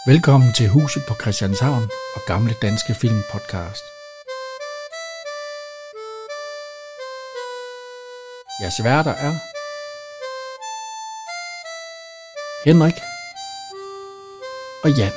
Velkommen til Huset på Christianshavn og Gamle Danske Film Podcast. Jeres værter er Henrik og Jan.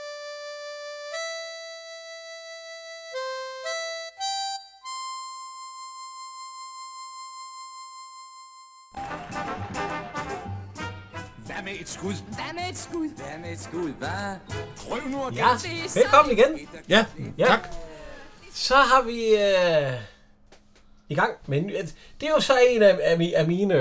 Hvad med et skud? Hvad med et skud? Hvad med et skud, hvad? Prøv nu at Ja, velkommen igen. Ja, tak. Så har vi i gang med en ny. Det er jo så en af mine,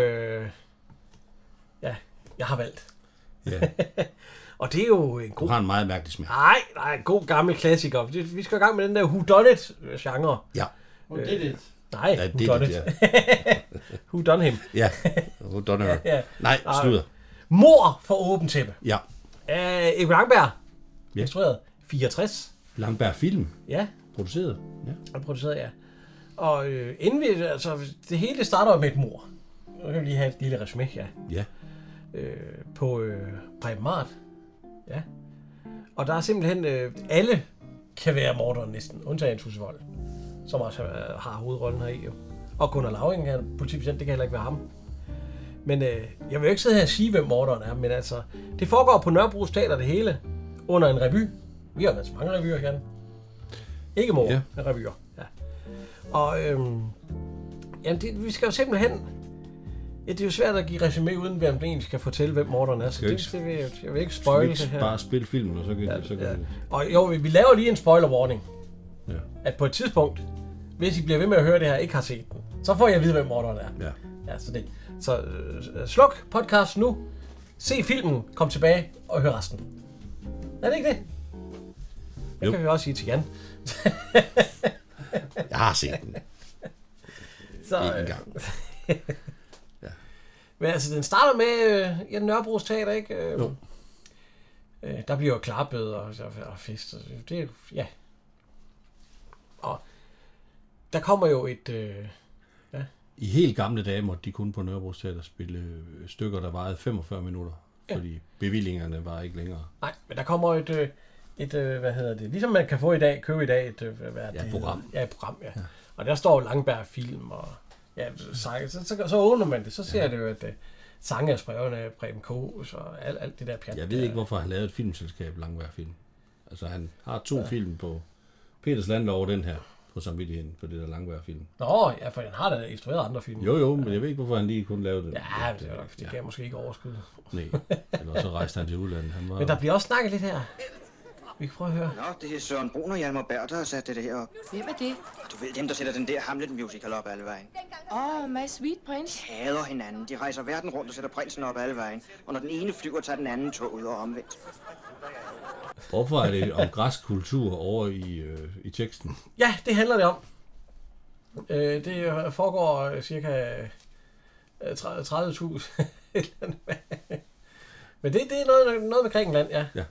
jeg har valgt. Ja. Og det er jo en Du god... har en meget mærkelig smag. Nej, en god gammel klassiker. Vi skal i gang med den der whodunit-genre. Ja. Nej, Ja, det er whodunit. det, ja. Who done him? Ja, Whodunit. Ja. Nej, slutter. Mord for åbent tæppe. Ja. Erik Langberg. Ja. Instrueret. 64. Langberg Film. Ja. Produceret. Ja. Og produceret, ja. Og inden vi, altså, det hele starter med et mord. Nu kan vi lige have et lille resume, ja. Ja. På Preben Mart. Ja. Og der er simpelthen, alle kan være morderen næsten, undtagen Tusse Vold, som også har hovedrollen her i, jo. Og Gunnar Lauring, politibetjent, det kan heller ikke være ham. Men jeg vil jo ikke sidde her og sige, hvem morderen er, men altså, det foregår på Nørrebro Teater det hele, under en revy. Vi har været så mange revyer, Jan. Ikke mord, Ja. men revyer. Ja. Og jamen vi skal jo simpelthen... Ja, det er jo svært at give resume uden, hvem den egentlig skal fortælle, hvem morderen er. Så det vil jeg vil ikke spoile det her. Bare spil filmen, og så kan Ja. det. Og jo, vi laver lige en spoiler warning. Ja. At på et tidspunkt, hvis I bliver ved med at høre det her, ikke har set den, så får jeg at vide, hvem morderen er. Ja. Ja, så det. Så sluk podcast nu. Se filmen, kom tilbage og hør resten. Er det ikke det? Det Jo. kan vi også sige til Jan. Jeg har set den. Så, En gang. Men altså, den starter med Nørrebro Teater, ikke? Jo. Der bliver jo klappet og fest. Det er ja. Og der kommer jo et... I helt gamle dage måtte de kun på Nørrebro Teater spille stykker, der varede 45 minutter. Fordi bevillingerne var ikke længere. Nej, men der kommer et hvad hedder det? Ligesom man kan få i dag, købe i dag et program. Ja, et program, ja. Og der står Langberg Film og ja, så åbner man det, så ser det jo at sange af spreverne af Preben Kås og alt det der pjat. Jeg ved ikke, hvorfor han lavede et filmselskab, Langberg Film. Altså, han har 2 film på Peters Landlov over den her, på samvittigheden, på det der Langberg Film. Nå, ja, for han har da instrueret andre film. Jo, men jeg ved ikke, hvorfor han lige kun lavede det. Ja, det gav måske ikke overskud. Nej, eller så rejste han til udlandet. Han var... Men der bliver også snakket lidt her. Vi kan prøve at høre. Nå, det er Søren Brun og Hjalmar Berg, der har sat det her op. Hvem er det? Du ved, dem, der sætter den der Hamlet-musical op alle vejen. My Sweet Prince. De hader hinanden. De rejser verden rundt og sætter prinsen op alle vejen. Og når den ene flyver, tager den anden tog ud og omvendt. Hvorfor er det om græsk kultur over i teksten? Ja, det handler det om. Det foregår cirka 30.000. Men det er noget med Grækenland, ja. Ja.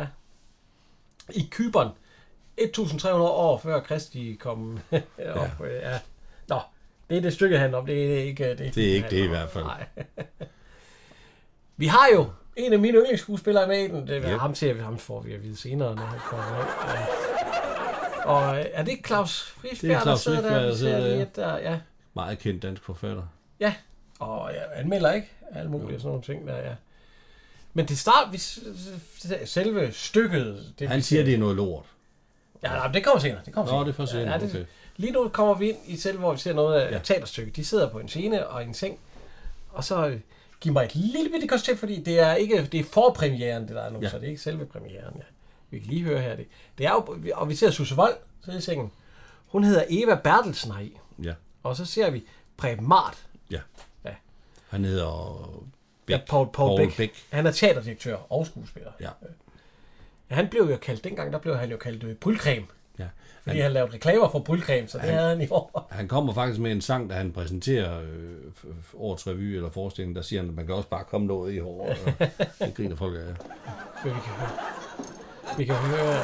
I Cypern. 1300 år før Kristi kom op. Ja. Nå, det er det stykke handler om. Det er ikke det. Det er ikke det i hvert fald. Nej. Vi har jo en af mine yndlingsskuespillere med i den. Det er ham får vi at vide senere, når han kommer ind. Ja. Og er det Claus Friisberg, der sidder der? Ja. Meget kendt dansk forfatter. Ja, og jeg anmelder ikke alle mulige sådan nogle ting der, ja. Men det starter, selve stykket... Han siger, det er noget lort. Ja, det kommer senere. Det er først senere, okay. Lige nu kommer vi ind i selve, hvor vi ser noget af teaterstykket. De sidder på en scene og en seng, og så giv mig et lille bitte koncept, fordi det er forpremieren, det der er nu, så det er ikke selve premieren, ja. Vi kan lige høre her det. Det er jo, og vi ser Tusse Vold sidde i sengen. Hun hedder Eva Bertelsen heri. Ja. Og så ser vi Preben Mart. Ja. Ja. Han hedder Bæk. Ja, Paul Bæk. Han er teaterdirektør og skuespiller. Ja. Han blev jo kaldt, dengang der blev han jo kaldt Brylcreme. Ja. Fordi han lavede reklamer for Brylcreme, så det havde han i år. Han kommer faktisk med en sang, da han præsenterer årets revy eller forestilling, der siger han, at man kan også bare komme noget i håret. Det griner folk af. Men vi kan høre...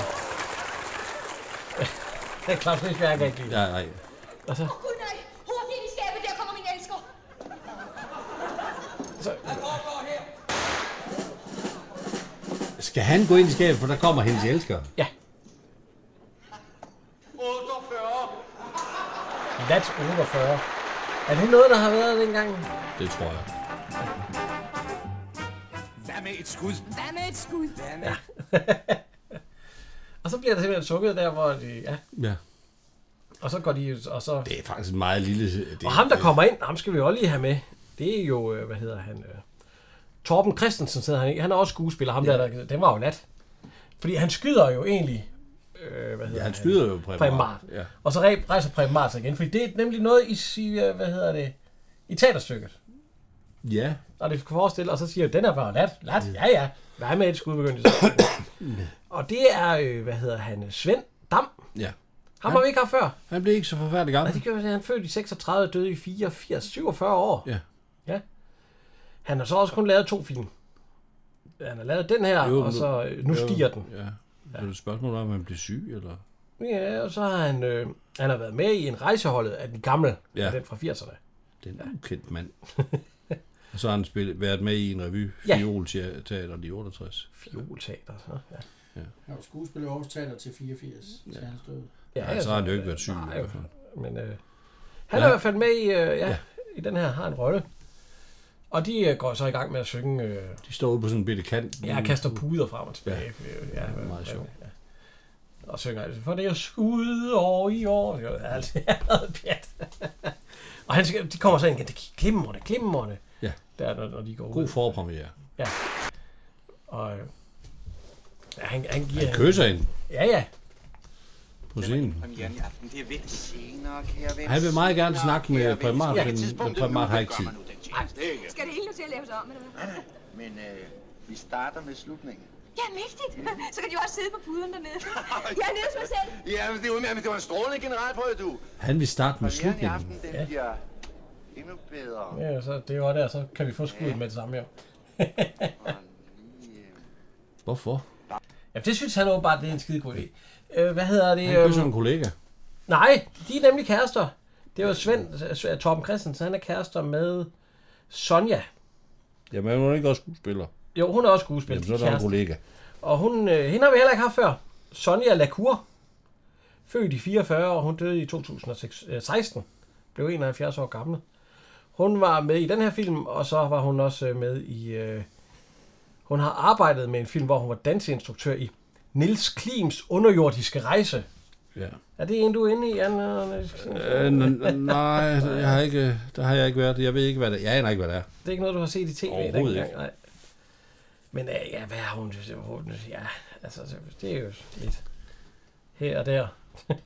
Claus Friisberg kan ikke lide. Ja, nej. Og så... Gud nej! Hurtigt i skabet, der kommer min elsker! Skal han gå ind i skabet, for der kommer hendes elsker? Ja. 48. Lat 48. Er det noget, der har været dengang? Det tror jeg. Hvad med et skud? Hvad med et skud? Og så bliver der simpelthen sukket der, hvor de... Ja. Ja. Og så går de... Og så... Det er faktisk en meget lille... Og ham, der kommer ind, ham skal vi også lige have med. Det er jo, hvad hedder han? Torben Christensen sidder han i. Han er også skuespiller. Ham der, den var jo lat. Fordi han skyder jo egentlig... hvad hedder han skyder jo Preben Mart. Ja. Og så rejser Preben Mart sig igen. Fordi det er nemlig noget i hvad hedder det? I teaterstykket. Ja. Og det kan forestille, og så siger den er bare lat. Ja. Hvad med et skud begyndte Og det er, hvad hedder han? Svend Dam. Ja. Ham har vi ikke haft før. Han blev ikke så forfærdelig gammel. Nej, det gjorde det. Han født i 36, døde i 84, 47 år. Ja. Han har så også kun lavet 2 film. Han har lavet den her, og så Nu stiger den. Ja. Så er det et spørgsmål om han blev syg, eller? Ja, og så har han har været med i en rejseholdet af den gamle, den fra 80'erne. Det er en ukendt mand. Og så har han været med i en revy, Fiolteater i 68. Fiolteater, så Han var skuespiller i Aarhus Teater til 84, til hans død. Ja, så har han jo ikke været syg. Nej, men han er i hvert fald med i den her, har en rolle. Og de går så i gang med at synge... De står ude på sådan en bitte kant. Ja, kaster puder frem og tilbage. Ja, meget sjovt. Ja. Og synger altså, for det er skud år i år. Det er altid pjat. Og de kommer så ind igen, det er glimrende. Ja. Der, når de går ud. God forpremiere. Ja. Og han giver... Han kysser ind. Ja. På scenen. Premieren i aften, det er vist senere, kære ven. Han vil meget gerne snakke med Preben Mart, men Preben Mart har ikke tid. Skal det hele nu til at laves om, eller hvad? Men vi starter med slutningen. Ja, mægtigt. Så kan de jo også sidde på puden dernede. Jeg er nede hos mig selv. Ja, men det er udmærket, det var en strålende generalprøve, du. Han vil starte med Premieren i slutningen. aften, den bliver endnu bedre. Ja, så det var der, så kan vi få skuddet med det samme, jo. Hvorfor? Ja, det synes han åbenbart, det er en skide god idé. Hvad hedder det? Han kysser en kollega. Nej, de er nemlig kærester. Det er jo Svend, Torben Christensen, han er kærester med Sonja. Jamen, hun er ikke også skuespiller. Jo, hun er også skuespiller. Jamen, så er der en kollega. Og hende har vi heller ikke haft før. Sonja Lacour. Født i 44 år, hun døde i 2016. Blev 71 år gammel. Hun var med i den her film, og så var hun også med i... Hun har arbejdet med en film, hvor hun var danseinstruktør i Niels Klims underjordiske rejse. Ja. Er det en, du er inde i, Jan? Nej, der har jeg ikke været. Jeg ved ikke, hvad det er. Jeg aner ikke, hvad det er. Det er ikke noget, du har set i tv Overhovedet dengang? Nej. Men ja, hvad har hun? Ja, altså, det er jo lidt her og der.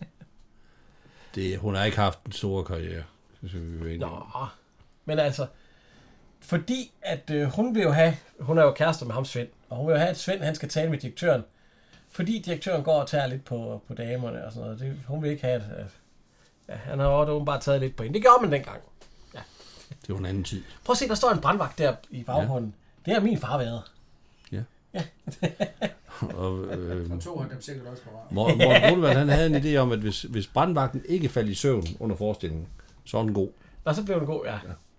Hun har ikke haft en stor karriere. Nå, men altså, fordi at hun vil jo have, hun er jo kærester med ham Svend, og hun vil jo have, at Svend han skal tale med direktøren, fordi direktøren går og tager lidt på damerne og sådan noget. Hun vil ikke have, at han har jo åbenbart taget lidt på hende. Det gjorde man dengang. Ja. Det var en anden tid. Prøv at se, der står en brandvagt der i baggrunden. Ja. Det har min far været. Ja. Og tog han dem sikkert også på vej. Morten Rudevald, han havde en idé om, at hvis brandvagten ikke faldt i søvn under forestillingen, så er den god. Og så blev den god, ja.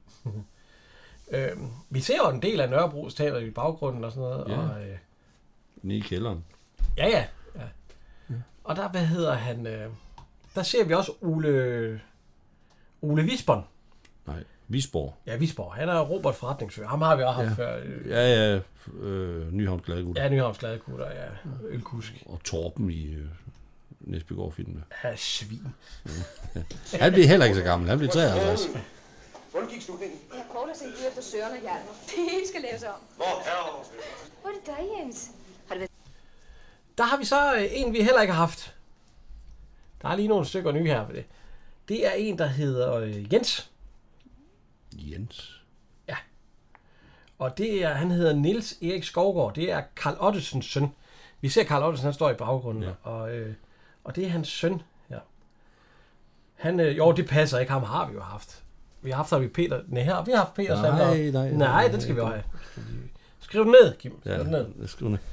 Vi ser jo en del af Nørrebros Teater i baggrunden og sådan noget. Ja. Og, nede i kælderen. Ja. Og der, hvad hedder han? Der ser vi også Ole Visborg. Nej, Visborg. Ja, Visborg. Han er Robert forretningsfører. Ham har vi også haft før. Ja. Nyhavns Gladegutter. Ja, Nyhavns Gladegutter, ja. Ølkusk. Og Torben i Næsbygård-filmene. Ja, svin. Han blev heller ikke så gammel. Han blev 53. Hvordan gik slutningen? Jeg har kort at se ud efter Søren og Hjalmar. Det hele skal laves om. Hvor er det dig, Jens? Har det været... Der har vi så en, vi heller ikke har haft. Der er lige nogle stykker nye her for det. Det er en, der hedder Jens. Jens. Ja. Og det er, han hedder Niels Erik Skovgaard. Det er Carl Ottesens søn. Vi ser Carl Ottesen, han står i baggrunden. Ja. Og det er hans søn. Ja. Han, jo, det passer ikke. Ham har vi jo haft. Vi har haft Peter. Nej, her vi har haft Peter. Nej, den skal vi også have. Skriv den ned, Kim. Skriv den ned. Skriv ned.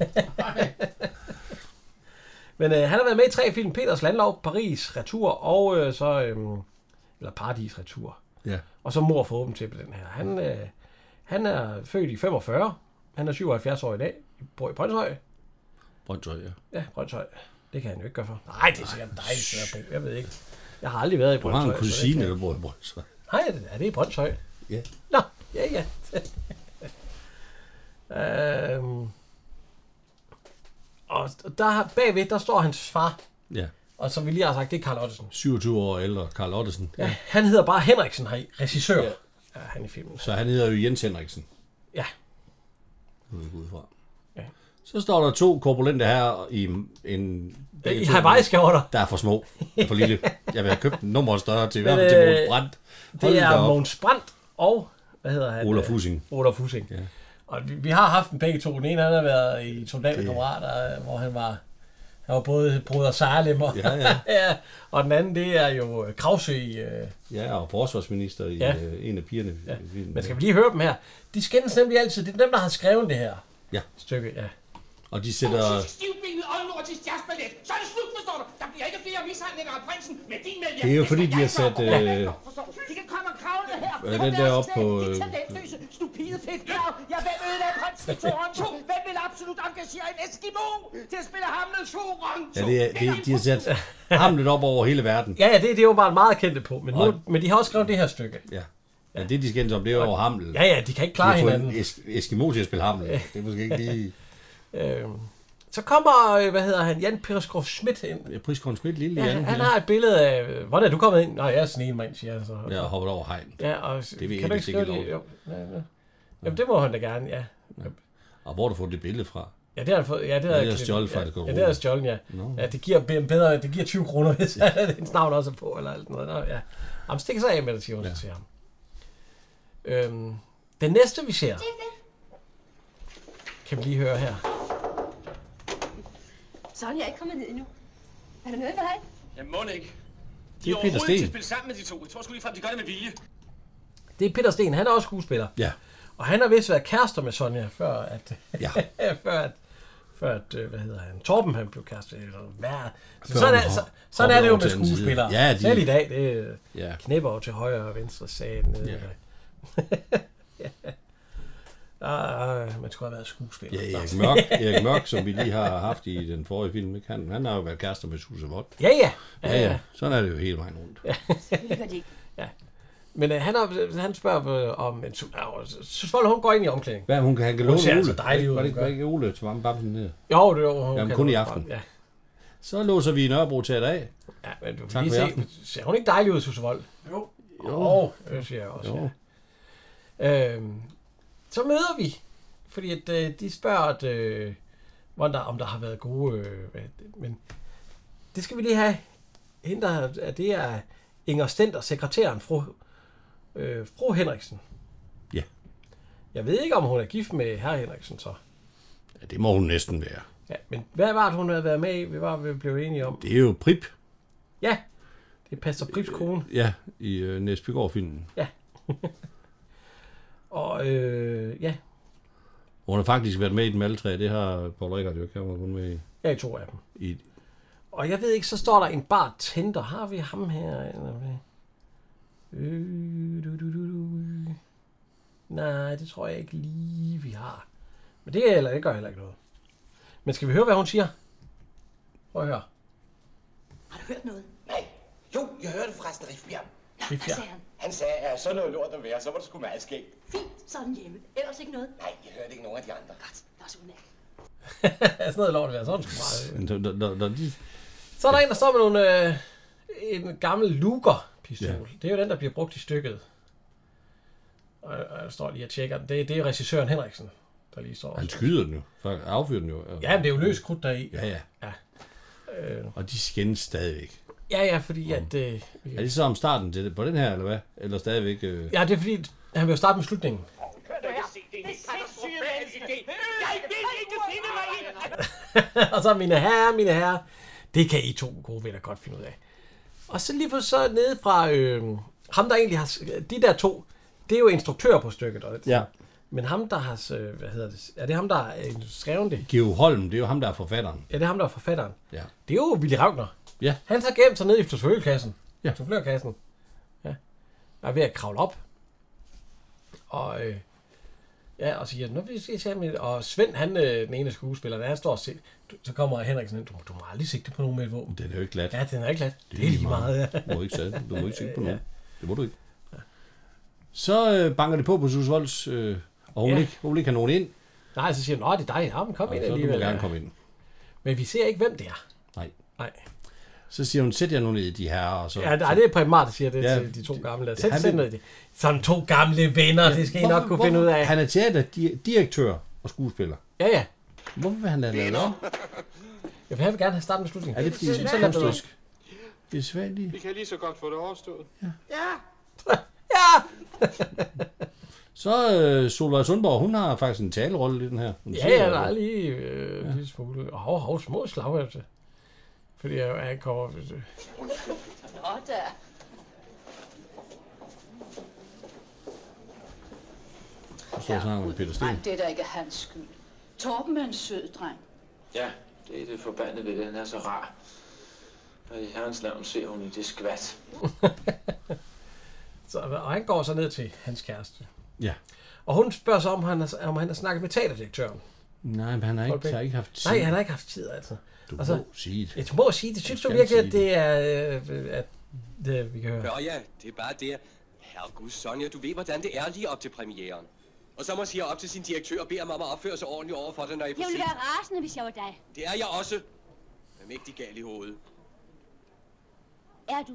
Men han har været med i 3 film. Peters Landlov, Paris Retur og eller Paradis Retur. Ja. Og så Mor for åben til den her. Han er født i 45. Han er 77 år i dag. Bor i Brøndshøj. Brøndshøj, ja. Ja, Brøndshøj. Det kan han jo ikke gøre for. Nej, det er sikkert dejligt sted at bo. Jeg ved ikke. Jeg har aldrig været i Du Brøndshøj. har en kusine, der bor i Brøndshøj. Nej, er det i Brøndshøj? Ja. Nå, ja. Og der bagved, der står hans far. Ja. Og som vi lige har sagt, det er Carl Ottesen. 27 år ældre, Carl Ottesen. Ja, han hedder bare Henriksen her, regissør. Ja. Er han i filmen. Så han hedder jo Jens Henriksen. Ja. Udefra. Ja. Så står der 2 korpulente her i en... I Hawaii-skjorter. Der er for små. For lille. Jeg vil have købt en nummer større til hvert til Mogens Brandt. Det er Mogens Brandt og... Hvad hedder han? Olaf Fussing. Olaf Fussing. Ja. Og vi har haft dem begge to. Den ene, han har været i Soldaterkammerater, hvor han var både Broder Salem og, ja. Og den anden, det er jo Krause i... Ja, og forsvarsminister i en af pigerne. Ja. Men skal vi lige høre dem her? De skændes nemlig altid. Det er dem, der har skrevet det her stykke. Ja. Og de sætter... Stivbenet oldnordisk jazzballet. Så er det slut, forstår du. Der bliver ikke flere mishandlinger af prinsen med din medvirkning. Det er jo fordi, de har sat... De kan komme og kravle her. Den der op på... De talentløse, stupide fedtkrav. Jeg vil møde af prinsen i Toronto. Hvem vil absolut engagere en Eskimo til at spille Hamlet Toronto? Ja, de har sat Hamlet op over hele verden. Ja, det er jo bare meget kendte på. Men de har også skrevet det her stykke. Ja. Ja, det de skændes om, det er jo Hamlet. Ja, de kan ikke klare hinanden. Eskimo til at spille Hamlet. Det er måske ikke lige... Så kommer, Jan Pedersgaard Schmidt ind. Ja, Pedersgaard Schmidt, lille Jan. Jan. Han har et billede af, hvordan er du kommet ind? Nej, jeg er sådan en mand, siger han så. Jeg har hoppet over hegn. Ja, og det ved kan du ikke skrive det? Jo. Jamen, det må han da gerne, ja. Og hvor har du fået det billede fra? Ja, det har han fået. Ja, det er stjålet fra det. Ja, det er stjålet, ja. Ja, det giver bedre, det giver 20 kroner, hvis hans navn også er på, eller alt noget. Nå, ja. Jamen, stik så af med det, siger hun til ham. Den næste, vi ser, kan vi lige høre her. Sådan, jeg er ikke kommet ned endnu. Er der noget for dig? Jeg må ikke. Det er Peter Sten. De spille sammen med de to. Jeg tror sgu lige frem, de gør det med vilje. Det er Peter Sten, han er også skuespiller. Ja. Og han har vist været kærester med Sonja, før at... Ja. før at Torben han blev kærester. Sådan er det jo med skuespillere. Ja, selv i dag, det knæpper over til højre og venstre sag nede. Man skulle have været skuespiller. Ja, Erik Mørk, som vi lige har haft i den forrige film, ikke? Han har jo været kærester med Susse Vogt. Ja. Sådan er det jo hele vejen rundt. Ja. Men han spørger om en Susvold, hun går ind i omklædning. Hvad, han kan låne Ole? Altså dejligt ud. Var det ikke Ole til Bamsen her? Jo, det var hun. Jamen kun i aften. Ja. Så låser vi Nørrebro Teater af. Ja, men du kan lige se, ser hun ikke dejlig ud, Susvold? Jo, det siger jeg også. Ja. Så møder vi, fordi at, de spørger, om der har været gode... men det skal vi lige have. Hende, det er Inger Stender, sekretæren, fru Henriksen. Ja. Jeg ved ikke, om hun er gift med herr Henriksen, så. Ja, det må hun næsten være. Ja, men hvad var det, hun havde været med i? Vi blev enige om. Det er jo Prip. Ja, det er Pastor Prips kone. Ja, i Næsbygård-filmen. Ja. Og ja. Hun har faktisk været med i den maltræ, det har Paul Rickard jo ikke, han var kun med i. Ja, i 2 af dem. Og jeg ved ikke, så står der en bartender. Har vi ham her? Nej, det tror jeg ikke lige, vi har. Men det gør heller ikke noget. Men skal vi høre, hvad hun siger? Prøv at høre. Har du hørt noget? Nej. Jo, jeg hørte forresten Rifbjerg. Hvad sagde han? Han sagde, at sådan noget lort at være, så var det sgu meget skægt. Fint, sådan hjemme. Ellers ikke noget? Nej, jeg hørte ikke nogen af de andre. Godt, det var så udmærket. Sådan noget lort at være, sådan meget. Så er der en, der står med en gammel Luger-pistol. Ja. Det er jo den, der bliver brugt i stykket. Og jeg står lige og tjekker den. Det er regissøren Henriksen, der lige står. Han skyder den jo. Affyrer den jo. Ja, men det er jo løs krudt deri. Ja. Og de skændes stadigvæk. Ja, fordi at... Er det så om starten til det på den her, eller hvad? Eller stadigvæk... Ja, det er fordi, han vil jo starte med slutningen. Og så mine herrer, det kan I to gode venner godt finde ud af. Og så lige så nede fra ham, der egentlig har... De der 2, det er jo instruktører på stykket. Ja. Men ham, der har... Er det ham, der har skrevet det? Georg Holm, det er jo ham, der er forfatteren. Ja, det er ham, der er forfatteren. Ja. Det er jo Willy Ragner. Ja. Han har gemt sig ned i fløjlkassen. Ja. Fløjlkassen. Ja. Jeg er ved at kravle op. Og Ja, og siger, nu vil vi se med. Og Svend, han, den ene skuespiller, han står og ser, så kommer Henriksen, du må aldrig sigte på nogen med et våben. Den er jo ikke glat. Ja, den er ikke glat. Det er lige meget, ja. Du må ikke sigte på nogen. Det må du ikke. Ja. Så banker det på Susvolds, og hun ikke kan nogen ind. Nej, så siger hun, det er dig. Ja, men kom ind alligevel. Så du må gerne komme ind. Men vi ser ikke, hvem det er. Nej. Så siger hun, sæt jer nu ned i de her. Og så, ja, det er Preben Mart, der siger det til de to gamle. Sæt ned i det. Sådan 2 gamle venner, det skal I nok kunne finde ud af. Han er teaterdirektør og skuespiller. Ja. Hvorfor vil han lade det om? Jeg vil gerne have startet med slutningen. Er det fordi, det er kunstnerisk? Det er svært. Vi kan lige så godt få det overstået. Ja! Så Solvej Sundborg, hun har faktisk en talerolle i den her. Ja, der er lige lidt smule. Hov, små slagværelse. Fordi jeg kommer... Nå da. Det er da ikke hans skyld. Torben er en sød dreng. Ja, det er det forbandede ved det. Han er så rar. Og i herrens navn ser hun i det skvat. Og han går så ned til hans kæreste. Ja. Og hun spørger så, om han har snakket med teaterdirektøren. Nej, men han har ikke haft tid. Nej, han har ikke haft tid, altså. Du må sige det. Du må sige det. Synes du virkelig, at det er... at det, vi kan høre? Ja, det er bare det. Herregud, Sonja, du ved, hvordan det er lige op til premieren. Og så må sige op til sin direktør og bede ham om at opføre sig ordentligt over for det, når I får Jeg ville være rasende, hvis jeg var dig. Det er jeg også. Jeg er mægtig gal i hovedet. Er du?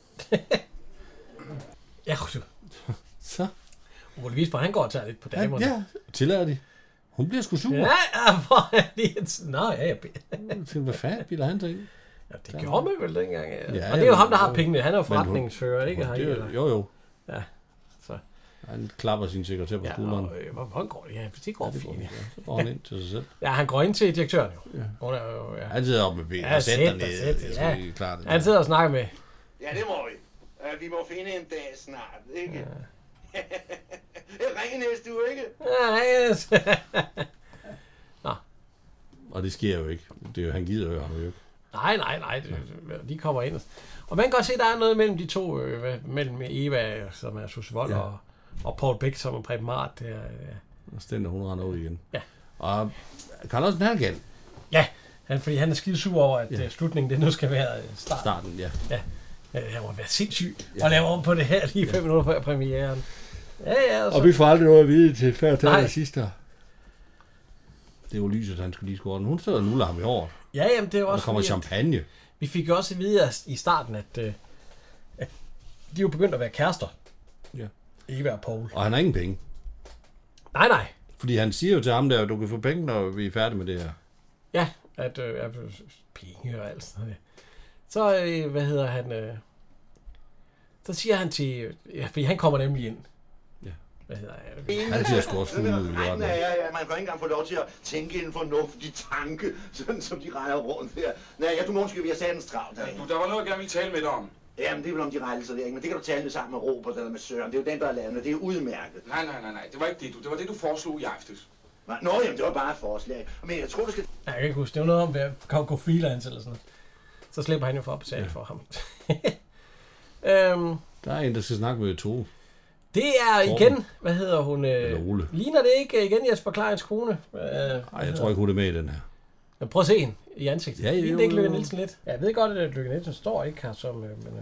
Ja, så. Muligvis bare han går og tager lidt på damerne. Ja, tillader de. Hun bliver sgu sur. Ja, hvor er det? Nå, ja, jeg tænkte, hvad fanden bilder han sig i? Ja, det gjorde man vel dengang. Ja, og det er jo ham, der har pengene. Han er jo forretningsfører, ikke? Jo. Ja, så. Han klapper sin sekretær på skulderen. Ja, hvor går det? Ja, det går fint. Så går han ind til sig selv. Ja, han går ind til direktøren jo. Ja. Han sidder op med benene og sætter ned. Han sidder og snakker med. Ja, det må vi. Vi må finde en dag snart, ikke? Ja. Ringenæs, du ikke? Ja, Ringenæs. Nå. Og det sker jo ikke. Det er jo, han gider jo ham jo ikke. Nej. De kommer ind. Og man kan godt se, at der er noget mellem de to. Mellem Eva, som er Susvold, og Paul Bech, som er Preben Mart. Og Stender, hun render ud igen. Ja. Og Carlsen, han er igen. Ja, fordi han er skide sur over, at slutningen det nu skal være starten. Ja. Han må være sindssyg og lave om på det her lige 5 minutter før premieren. Ja, og vi får aldrig noget at vide til før til sidst her. Det er jo lyset, han skulle lige score den. Hun sidder og nuller ham i år. Ja, jamen det er også... Og der kommer champagne. Vi fik jo også at vide i starten, at de er jo begyndt at være kærester. Ja. Eva og Paul. Og han har ingen penge. Nej. Fordi han siger jo til ham der, at du kan få penge, når vi er færdige med det her. Ja, at penge og alt sådan noget. Så, så siger han til... Ja, fordi han kommer nemlig ind. Ja. Hvad hedder han siger sgu også fuld ud. Ja, man kan ikke engang få lov til at tænke en fornuftig tanke, sådan som de rejer rundt her. Nej, du må undskylde, vi har satans travlt. Der var noget, jeg gerne ville tale med dig om. Jamen, det er vel om de rejser der, ikke? Men det kan du tale med sammen med Robert eller med Søren. Det er jo den, der er lavet, det er udmærket. Nej. Det var ikke det, Det var det, du foreslog i aftes. Nå, jamen, det var bare et forslag. Men jeg tror, du skal... Jeg kan ikke huske, det var noget om, at kan gå freelance eller sådan noget. Så slipper han jo for at betale for ham. Der er en, der skal snakke med Tove. Det er igen, hvad hedder hun? Ole. Ligner det ikke igen Jesper Kleins kone? Nej, jeg tror ikke, hun er med i den her. Men prøv at se hende i ansigtet. Ja, ligner det ikke Lykke Nielsen lidt? Ja, jeg ved godt, at Lykke Nielsen står ikke her som...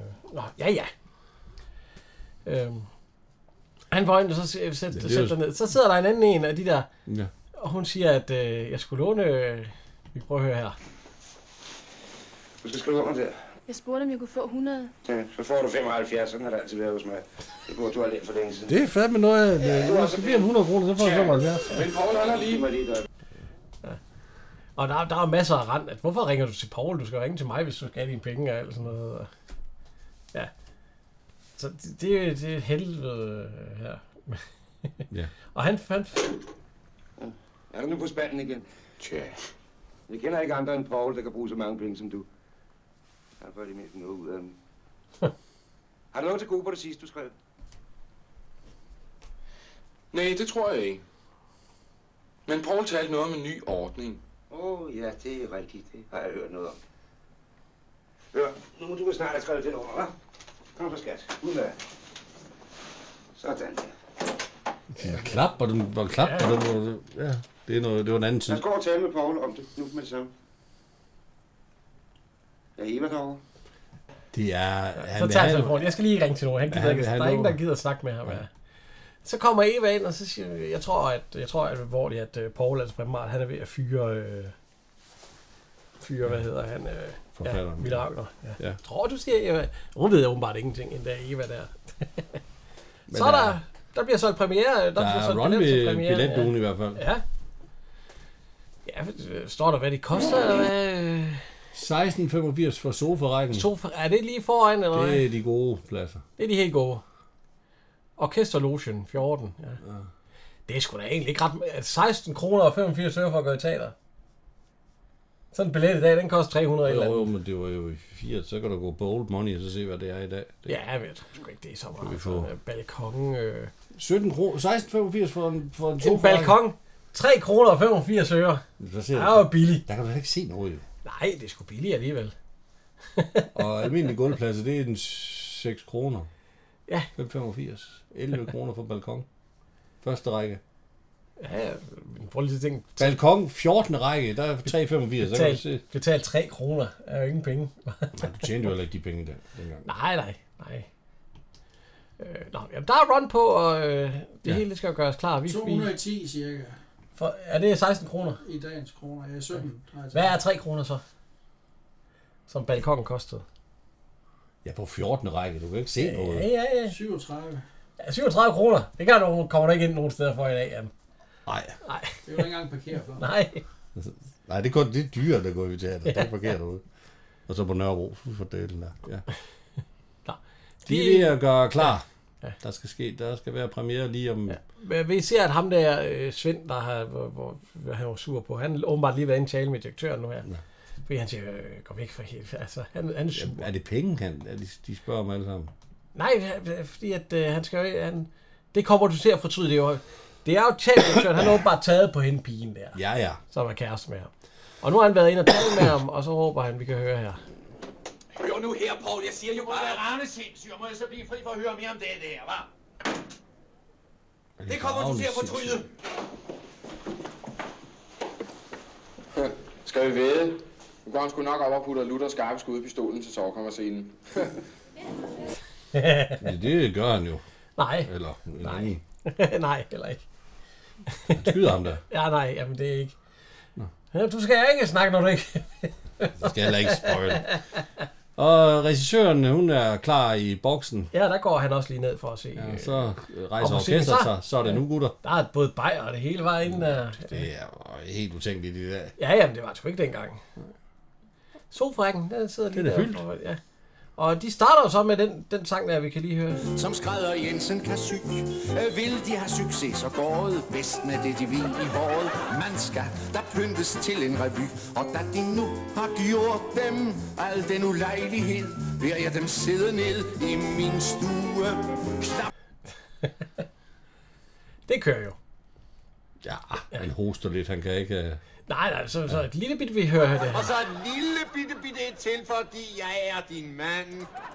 Han var ind, og så sætter ned. Så sidder der en anden af de der, og hun siger, at jeg skulle låne... Vi prøver at høre her. Du skal skrive under der. Jeg spurgte, om jeg kunne få 100. Ja, så får du 75, sådan har det altid været hos mig. Det burde du have lært for længe siden. Det er fandme noget, du skal blive 100 kroner, så får du 75. Men Paul, han er lige med det der. Ja. Og der er masser af rand, at hvorfor ringer du til Paul? Du skal ringe til mig, hvis du skal have dine penge og alt sådan noget. Ja. Så det er et helvede her. Ja. Og han... Er du nu på spanden igen? Tja. Jeg kender ikke andre end Paul, der kan bruge så mange penge som du. Han får det mest noget ud af dem. Har du noget til gode på det sidste, du skrev? Nej, det tror jeg ikke. Men Paul talte noget om en ny ordning. Ja, det er rigtigt. Det har jeg hørt noget om. Hør, nu må du snart have skrevet det under, hva'? Kom så, skat. Ud med. Sådan der. Klap, og den var klap, og den var... Ja, det var en anden tid. Jeg skal over og tale med Paul om det, nu med det samme. Er Eva derovre? Det er... Så tager jeg telefonen. Jeg skal lige ringe til nogen. Han gider ikke. Der er ingen, der gider snakke med ham. Ja. Så kommer Eva ind, og så siger jeg tror, at alvorligt, at Paul, altså Bremart, han er ved at fyre, hvad hedder han? Forfatteren. Mille Agner. Ja. Tror du, siger Eva? Hun ved åbenbart ingenting, end der Eva der. Så er der bliver solgt premiere. Der er run ved billetduen i hvert fald. Ja. Ja, står der, hvad det koster, eller hvad? 16,85 for sofarækken. Er det lige foran, eller hvad? Det er de gode pladser. Det er de helt gode. Orkesterlogen, 14. Ja. Det er sgu da egentlig ikke ret... 16 kroner og 85 øre for at gå i teater. Sådan en billet i dag, den koster 300 eller Jo, men det var jo i 4, så kan du gå på Old Money og så se, hvad det er i dag. Ja, jeg tror sgu ikke, det er så meget. Balkon... 16,85 for en sofa. En balkon, 3 kroner og 85 øre. Det er jo billigt. Der kan du ikke se noget, jo. Nej, det er sgu billigt alligevel. Og almindelige gulvpladser, det er den 6 kroner. Ja. 5,85. 11 kroner for balkon. Første række. Ja, prøv lige at tænke. Balkon, 14. række, der er 3,85. Betal 3 kroner, er jo ingen penge. Nej, du tjente jo heller ikke de penge dengang. Nej. Jamen, der er run på, og det hele skal jo gøres klar. 210 cirka. Er det 16 kroner? I dagens kroner, ja, 17. Hvad er 3 kroner så? Som balkonen kostede? Ja, på 14. række, du kan ikke se noget. Ja. 37. Ja, 37 kroner. Det kommer der ikke ind nogen steder for i dag, Jan. Nej. Det er jo ikke engang parkeret for. Nej, det er dyrt, der går i teater. Der parkerer derude. Og så på Nørrebro, for delen der. Ja. De er ved at gøre klar. Ja. Der skal være premiere lige om... Ja. Vi ser, at ham der, Svend, der har, hvor han var sur på, han åbenbart lige været inde tale med direktøren nu her. Ja. Fordi han siger, gå væk fra helt... Altså, han er sur. Er det penge, de spørger om alle sammen? Nej, fordi at han skal jo... Det kommer du til at fortryde, det er jo taldirektøren, han har åbenbart taget på hende pigen der. Ja. Som er kæreste med ham. Og nu har han været inde og tale med ham, og så håber han, vi kan høre her. Hør nu her, Paul, jeg siger jo bare... Du må være rende sindssyg, og må jeg så blive fri for at høre mere om det der, hva'? Det kommer du til at fortryde. Skal vi væde? Nu går han sgu nok op og putter Luther skarpe skud i pistolen til Torkammerscenen. Ja, det gør han jo. Nej. Eller nej. Nej, heller ikke. Skyder ham der. Ja, nej, jamen det er ikke. Ja, du skal ikke snakke, når du ikke... Det skal heller ikke spoil. Og regissøren, hun er klar i boksen. Ja, der går han også lige ned for at se. Ja, så rejser orkestret sig, så er det nu, gutter. Der er både bajer og det hele var inden. Det er helt utænkeligt i dag. Ja, jamen det var sgu ikke dengang. Sofarækken, den sidder lige der. Fyldt. Ja. Og de starter jo så med den sang der, vi kan lige høre. Som skrædder Jensen kan sy. Vil de have succes, så går det bedst med det de vil i håret. Man skal der pyntes til en revy. Og da de nu har gjort dem al den ulejlighed, vil jeg dem sidde ned i min stue. Det kører jo. Ja, han hoster lidt, han kan ikke... Nej, så et lille bitte, vi hører det her. Og så et lille bitte et til, fordi jeg er din mand.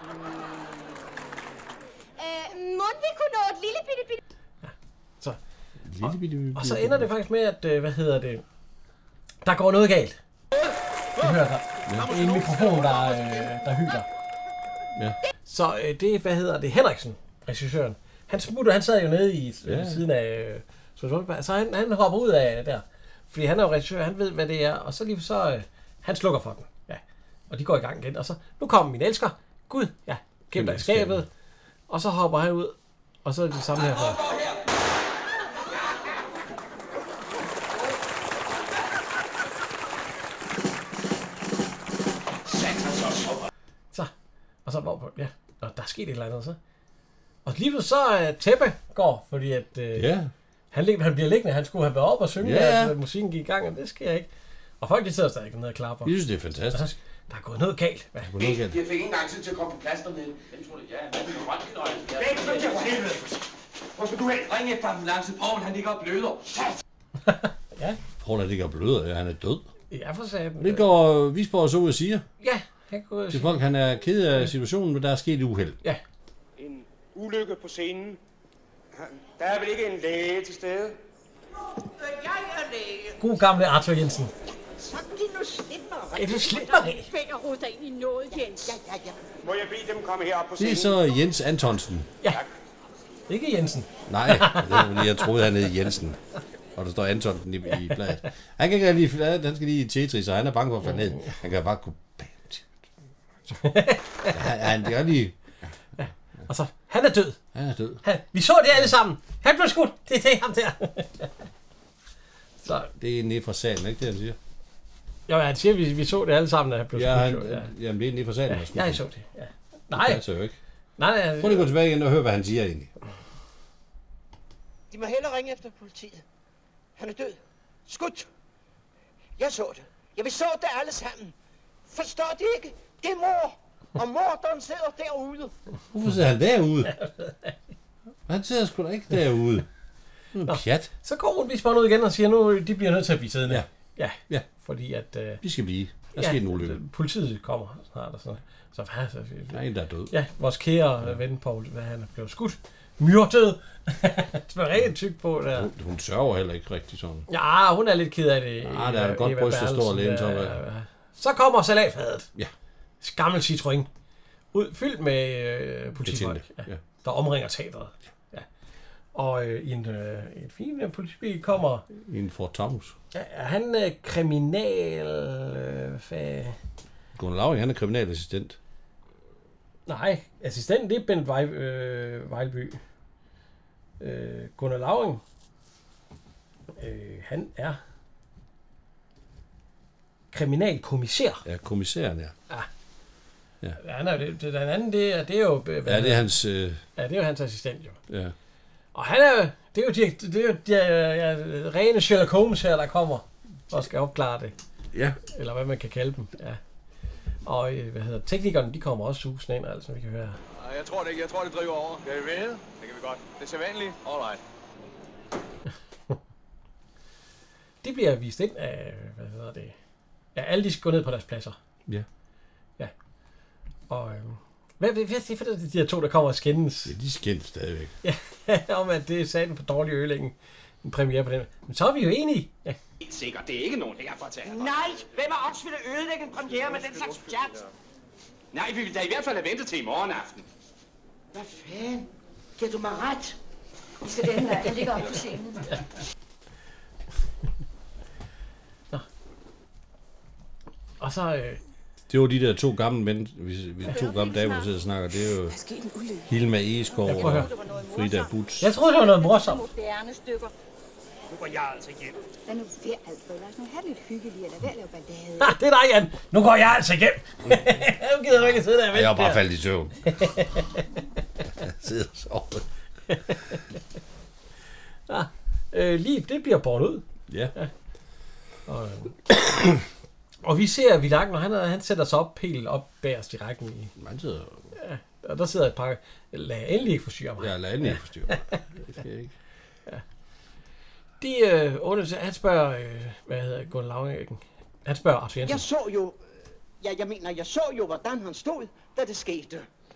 Må vi kunne nå et lille bitte... Ja, så. Og så ender det faktisk med, at, der går noget galt. Vi hører der. Det er en mikrofon, der hyler. Ja. Så det, Henriksen, regissøren, han sad jo nede i siden af... Så han hopper ud af der. Fordi han er jo regissør, han ved, hvad det er, og så lige så, han slukker for den. Ja. Og de går i gang igen, og så, nu kommer min elsker. Gud, ja, gem dig i skabet. Og så hopper han ud, og så er det samme herfra. Så, og så hvor, ja, og der er sket et eller andet så. Og lige så Tæppe går, fordi at... Han bliver liggende, han skulle have været op og synge, at musikken gik i gang, og det sker ikke. Og folk de sidder stadig nede og klapper. Jeg synes, det er fantastisk. Der er gået noget galt. Jeg fik ikke engang tid til at komme på plads dernede. Jeg tror det, hvad vil du røntgenøje? Væk, for helvede! Hvor skal du hen? Ring efter ambulance. Paul, han ligger og bløder. Ja. Paul, han ligger og bløder, han er død. Ja, for satan. Det går Visborg så ud og siger. Ja, han går til folk, han er ked af situationen, men der er sket et uheld. Ja. En ulykke på scenen. Der er vel ikke en læge til stede? Jeg er læge. God gamle Arthur Jensen. Så giv nu slip mig. Kan du slippe mig af? Bækker ruder ind i noget, Jens. Ja. Må jeg bede dem komme herop på Det scenen? er så Jens Antonsen. Ja. Ikke Jensen. Nej, det er fordi, jeg troede, han hed Jensen. Og der står Antonsen i bladet. Han kan ikke lide, han skal lige i Tetris, og han er bange for at falde ned. Han kan bare gå... Han kan lige... Og så, han er død. Han er død. Vi så det alle sammen. Han blev skudt. Det er ham der. Så. Det er nede fra salen, ikke det, han siger? Jo, han siger, vi så det alle sammen, at han blev skudt. Ja. Jamen, det er nede fra salen. Ja, jeg så det. Ja. Nej. Det passer jo ikke. Nej. Prøv lige at gå tilbage igen og høre, hvad han siger egentlig. De må hellere ringe efter politiet. Han er død. Skudt. Jeg så det. Ja, vi så det alle sammen. Forstår de ikke? Det er mor. Og morderen sidder derude. Hvorfor sidder han derude? Han sidder sgu da ikke derude. Pjat. Så går hun vist bare ud igen og siger, nu de bliver nødt til at blive siddende. Ja. Fordi at... De skal blive. Der sker en ulykke. Politiet kommer snart og sådan. Så der er en, der er død. Ja, vores kære ven Paul, hvad han er blevet skudt. Myrdet. Det var rigtig tyk på der. Hun sørger heller ikke rigtig sådan. Ja, hun er lidt ked af det. Ja, der er et godt bryst, der står alene. Så kommer salatfadet. Ja. Gammel Citroën. Fyldt med politifolk, der omringer teateret. Ja. Og i en fin politibil kommer... I en Ford Taunus. Ja, han kriminal... Gunnar Lauring, han er kriminalassistent. Nej, assistent, det er Bent Vejlby. Gunnar Lauring, han er kriminalkommissær. Ja, kommissæren, ja. Han er jo den anden, det er jo... Ja, det er hans... Ja, det er jo hans assistent, jo. Ja. Og han er jo... Det er jo de rene Sherlock Holmes her, der kommer og skal opklare det. Ja. Eller hvad man kan kalde dem, ja. Og teknikerne, de kommer også husene ind, altså, vi kan høre. Nej, jeg tror det ikke. Jeg tror, det driver over. Kan vi ved? Det kan vi godt. Det er sædvanligt. All right. De bliver vist ind af, ja, alle de skal gå ned på deres pladser. Ja. Ja. Og hvad er det for de her to, der kommer og skændes? Ja, de skændes stadigvæk. Ja, om at det er satan for dårlig ødelægging. En premiere på den. Men så er vi jo enige. Ja. Helt sikkert. Det er ikke nogen her for at tage. Nej, hvem af os ville ødelægge en premiere med den slags pjat? Nej, vi vil da i hvert fald have ventet til i morgen aften. Hvad fanden? Giver du mig ret? Vi skal den her. Jeg ligger op på scenen. Nå. Og så... Det var de der to gamle mænd, to gamle damer, der sidder og snakker. Det er jo Hilma Egeskov og Frida Butz. Jeg troede, det var noget morsomt. Moderne stykker. Nu går jeg altså hjem. Lad nu være, Alfred. Lad os nu have det lidt hyggeligt, og lad være at lave ballade. Ah, det er dig, Jan. Nu går jeg altså hjem. Nu gider du ikke sidde der og vente. Jeg har bare faldet i søvn. Jeg sidder og sover. Liv, det bliver båret ud. Ja. Og vi ser Villakken, og han sætter sig op helt op bagerst i rækken. Man sidder... Ja, og der sidder et par... Lad endelig ikke forstyrre mig. Ja, lad endelig ikke forstyrre mig. Det skal jeg ikke. Ja. Han spørger, Gunnar Lauring, han spørger Arthur Jensen. Jeg så jo, hvordan han stod, da det skete.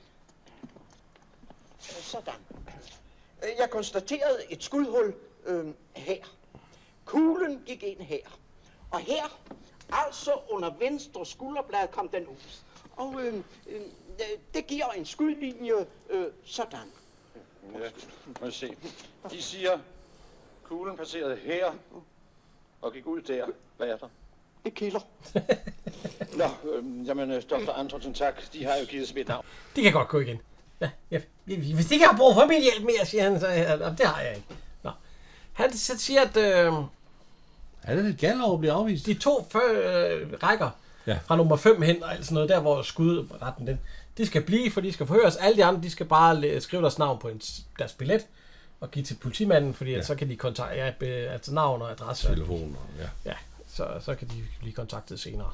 Sådan. Jeg konstaterede et skudhul her. Kuglen gik ind her. Og her, altså under venstre skulderblad, kom den ud. Og det giver en skudlinje sådan. Ja, må jeg se. De siger, kuglen passerede her og gik ud der. Hvad er der? Det kilder. Nå, jamen, Dr. Antonsen, tak. De har jo givet mit navn. De kan godt gå igen. Ja, hvis de ikke har brug for min hjælp mere, siger han, så det har jeg ikke. Nå. Han siger, at... Er det lidt galt over at blive afvist? De to rækker fra nummer 5 hen, og sådan noget, der hvor skudretten den, de skal blive, for de skal forhøres. Alle de andre, de skal bare skrive deres navn på deres billet og give til politimanden, fordi så kan de kontakte, altså navn og adresse. Telefoner, ja. Så kan de blive kontaktet senere.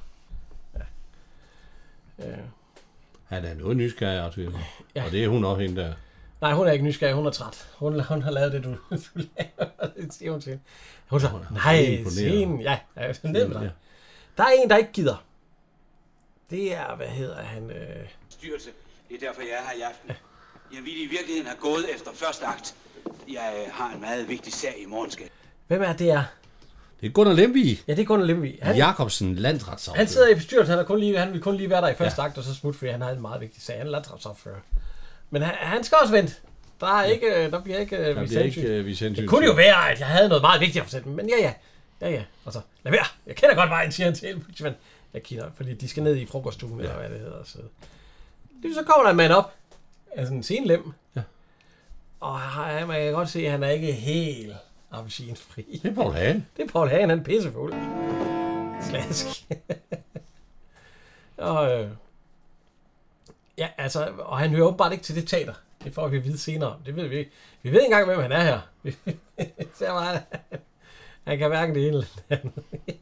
Ja. Han er noget nysgerrig, Arthur. Ja. Og det er hun også hende der. Nej, hun er ikke nysgerrig, hun er træt. Hun har lavet det, du laver. Det siger hun til. Hun så, nej, scenen. Ja, ned med dig. Der er en, der ikke gider. Det er, hvad hedder han? Styrelse. Det er derfor, jeg er her i aften. Jeg ville i virkeligheden have gået efter første akt. Jeg har en meget vigtig sag i morgen, skal. Hvem er det? Det er Gunnar Lemvig. Ja, det er Gunnar Lemvig. Jakobsen, landsretssagfører. Han sidder i bestyrelsen, han vil kun lige være der i første akt, og så smut, fordi han har en meget vigtig sag. Han er landsretssagfører. Men han skal også vente. Der bliver ikke vist. Det kunne jo være, at jeg havde noget meget vigtigt at fortælle dem, men ja. Altså, lad være. Jeg kender godt vejen, siger han til politimanden. Jeg kender, fordi de skal ned i frokoststuen, eller hvad det hedder. Så kommer der en mand op, altså en senlem. Ja. Og man kan godt se, at han er ikke helt appelsinfri. Det er Paul Hagen. Det er Paul Hagen, han er pissefuld. Slask. Og han hører åbenbart ikke til det teater. Det får vi at vide senere. Det ved vi ikke. Vi ved ikke engang, hvem han er her. Ser bare, han kan hverken det ene eller det andet.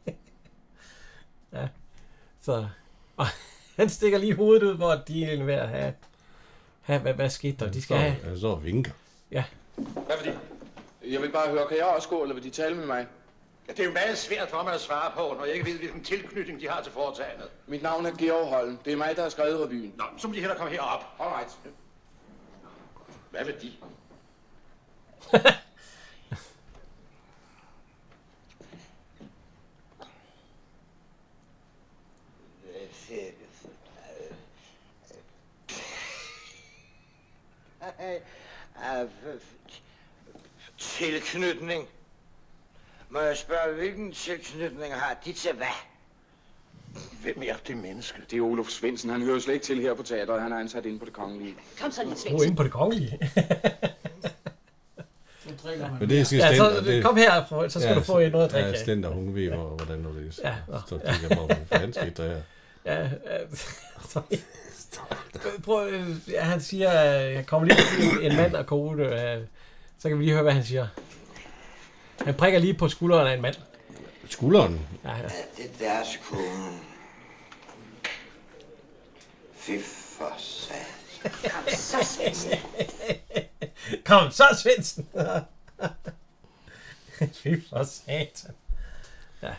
Ja. Så. Og han stikker lige hovedet ud, hvor de er ved at have hvad skete der? De skal have. Han står og vinker. Ja. Hvad for det? Jeg vil bare høre, kan jeg også gå, eller vil de tale med mig? Ja, det er jo meget svært for mig at svare på, når jeg ikke ved, hvilken tilknytning de har til foretagendet. Mit navn er Georg Holm. Det er mig, der har skrevet revyen. Nå, så må de hellere komme herop. Alright. Hvad vil de? Tilknytning. Må jeg spørge, hvilken tilknytning har de til hvad? Hvem er det menneske? Det er Olof Svendsen. Han hører slet ikke til her på teateret. Han er ansat inde på Det Kongelige. Kom så lige, Svendsen. Inde på Det Kongelige? Men det skal Stender. Kom her, så skal du få noget at drikke. Ja, Stender, hun ved, hvordan nu det er. Så tænker jeg på, hvad han skal der. Ja, prøv, han siger, jeg kommer lige på en mand og kone, så kan vi lige høre, hvad han siger. Han prikker lige på skulderen af en mand. Skulderen? Ja. Det er deres kone. Fy for satan. Kom så, Svendsen. Kom så, Svendsen. Fy for satan. Ja.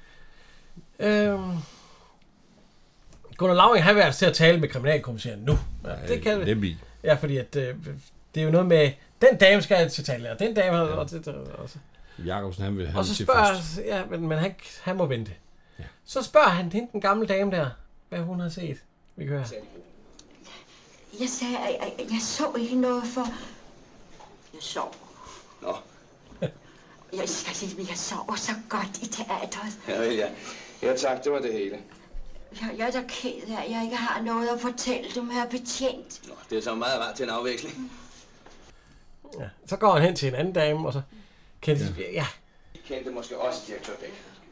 Gunnar Lauring har været til at tale med kriminalkommissæren nu. Ja, det kan det. Ja, fordi at, det er jo noget med, den dame skal jeg til tale, og den dame også. Jakobsen, han vil have og så spørger, ja, men han må vente. Ja. Så spørger han hende, den gamle dame der, hvad hun har set. Vi kan høre. Jeg sagde, at jeg så ikke noget for... Jeg sov. Nå. Jeg skal sige, at jeg sov så godt i teatret. Ja. Ja tak, det var det hele. Jeg er da ked af, at jeg ikke har noget at fortælle dem, her betjent. Nå, det er så meget rart til en afveksling. Ja, så går han hen til en anden dame, og så kendte I kendte måske også direktør Bæk.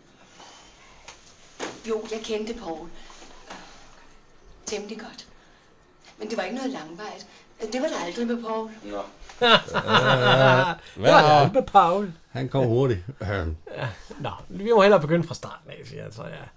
Jo, jeg kendte Poul. Temmelig godt. Men det var ikke noget langvejs. Det var der aldrig med Poul. Nå. Hvad var det med Poul? Han kom hurtigt. Nå, vi må hellere begynde fra starten af, siger han så, ja.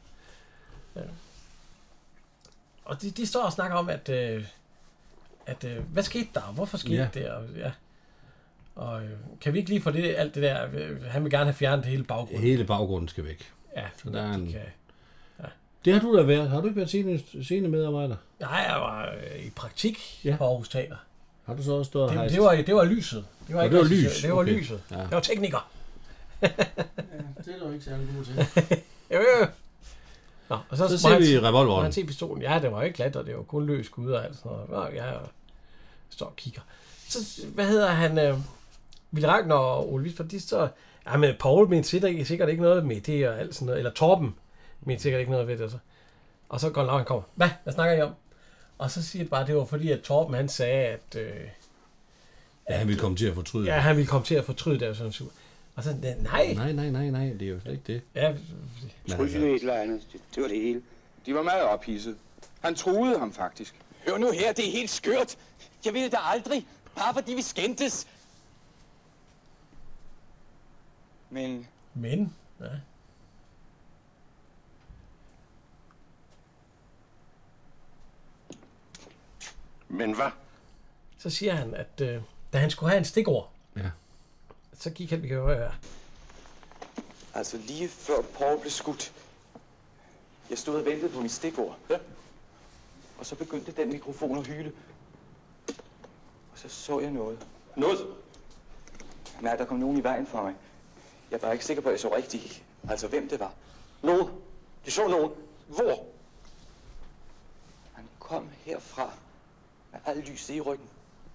Og de står og snakker om, at hvad skete der? Hvorfor skete det? Og kan vi ikke lige få alt det der? Han vil gerne have fjernet hele baggrunden. Hele baggrunden skal væk. Ja, så der er en... Det har du da været. Har du ikke været scene medarbejder? Nej, jeg var i praktik på Aarhus Teater. Har du så også stået og det var lyset. Det var ikke lys. Det var lyset. Ja. Det var tekniker. Det er du ikke særlig god til. Jo. Nå, og så ser vi revolveren. Han ser pistolen. Ja, det var ikke glat, og det var kun løs skud og alt sådan noget. Ja, jeg står og kigger. Så, hvad hedder han? Ville Ragnar og Ole Visper, de står... Ja, men Poul mente sikkert ikke noget med det og alt sådan noget. Eller Torben mente sikkert ikke noget ved det. Og så går Lauren kommer. Hvad snakker I om? Og så siger det bare, det var fordi, at Torben han sagde, at... han ville komme til at fortryde. Ja, han ville komme til at fortryde det. Sådan super. Og så, nej, det er jo slet ikke det. Ja. Det var det hele. De var meget ophidset. Han truede ham faktisk. Hør nu her, det er helt skørt. Jeg ville da aldrig, bare fordi vi skændtes. Men, ja. Men hvad? Så siger han, at da han skulle have en stikord, så gik han, vi kan høre her. Altså lige før Poul blev skudt, jeg stod og ventede på mit stikord. Ja. Og så begyndte den mikrofon at hyle. Og så jeg noget. Noget? Nej, der kom nogen i vejen for mig. Jeg er bare ikke sikker på, at jeg så rigtigt. Altså, hvem det var. Nogen? De så nogen? Hvor? Han kom herfra med alt lyset i ryggen.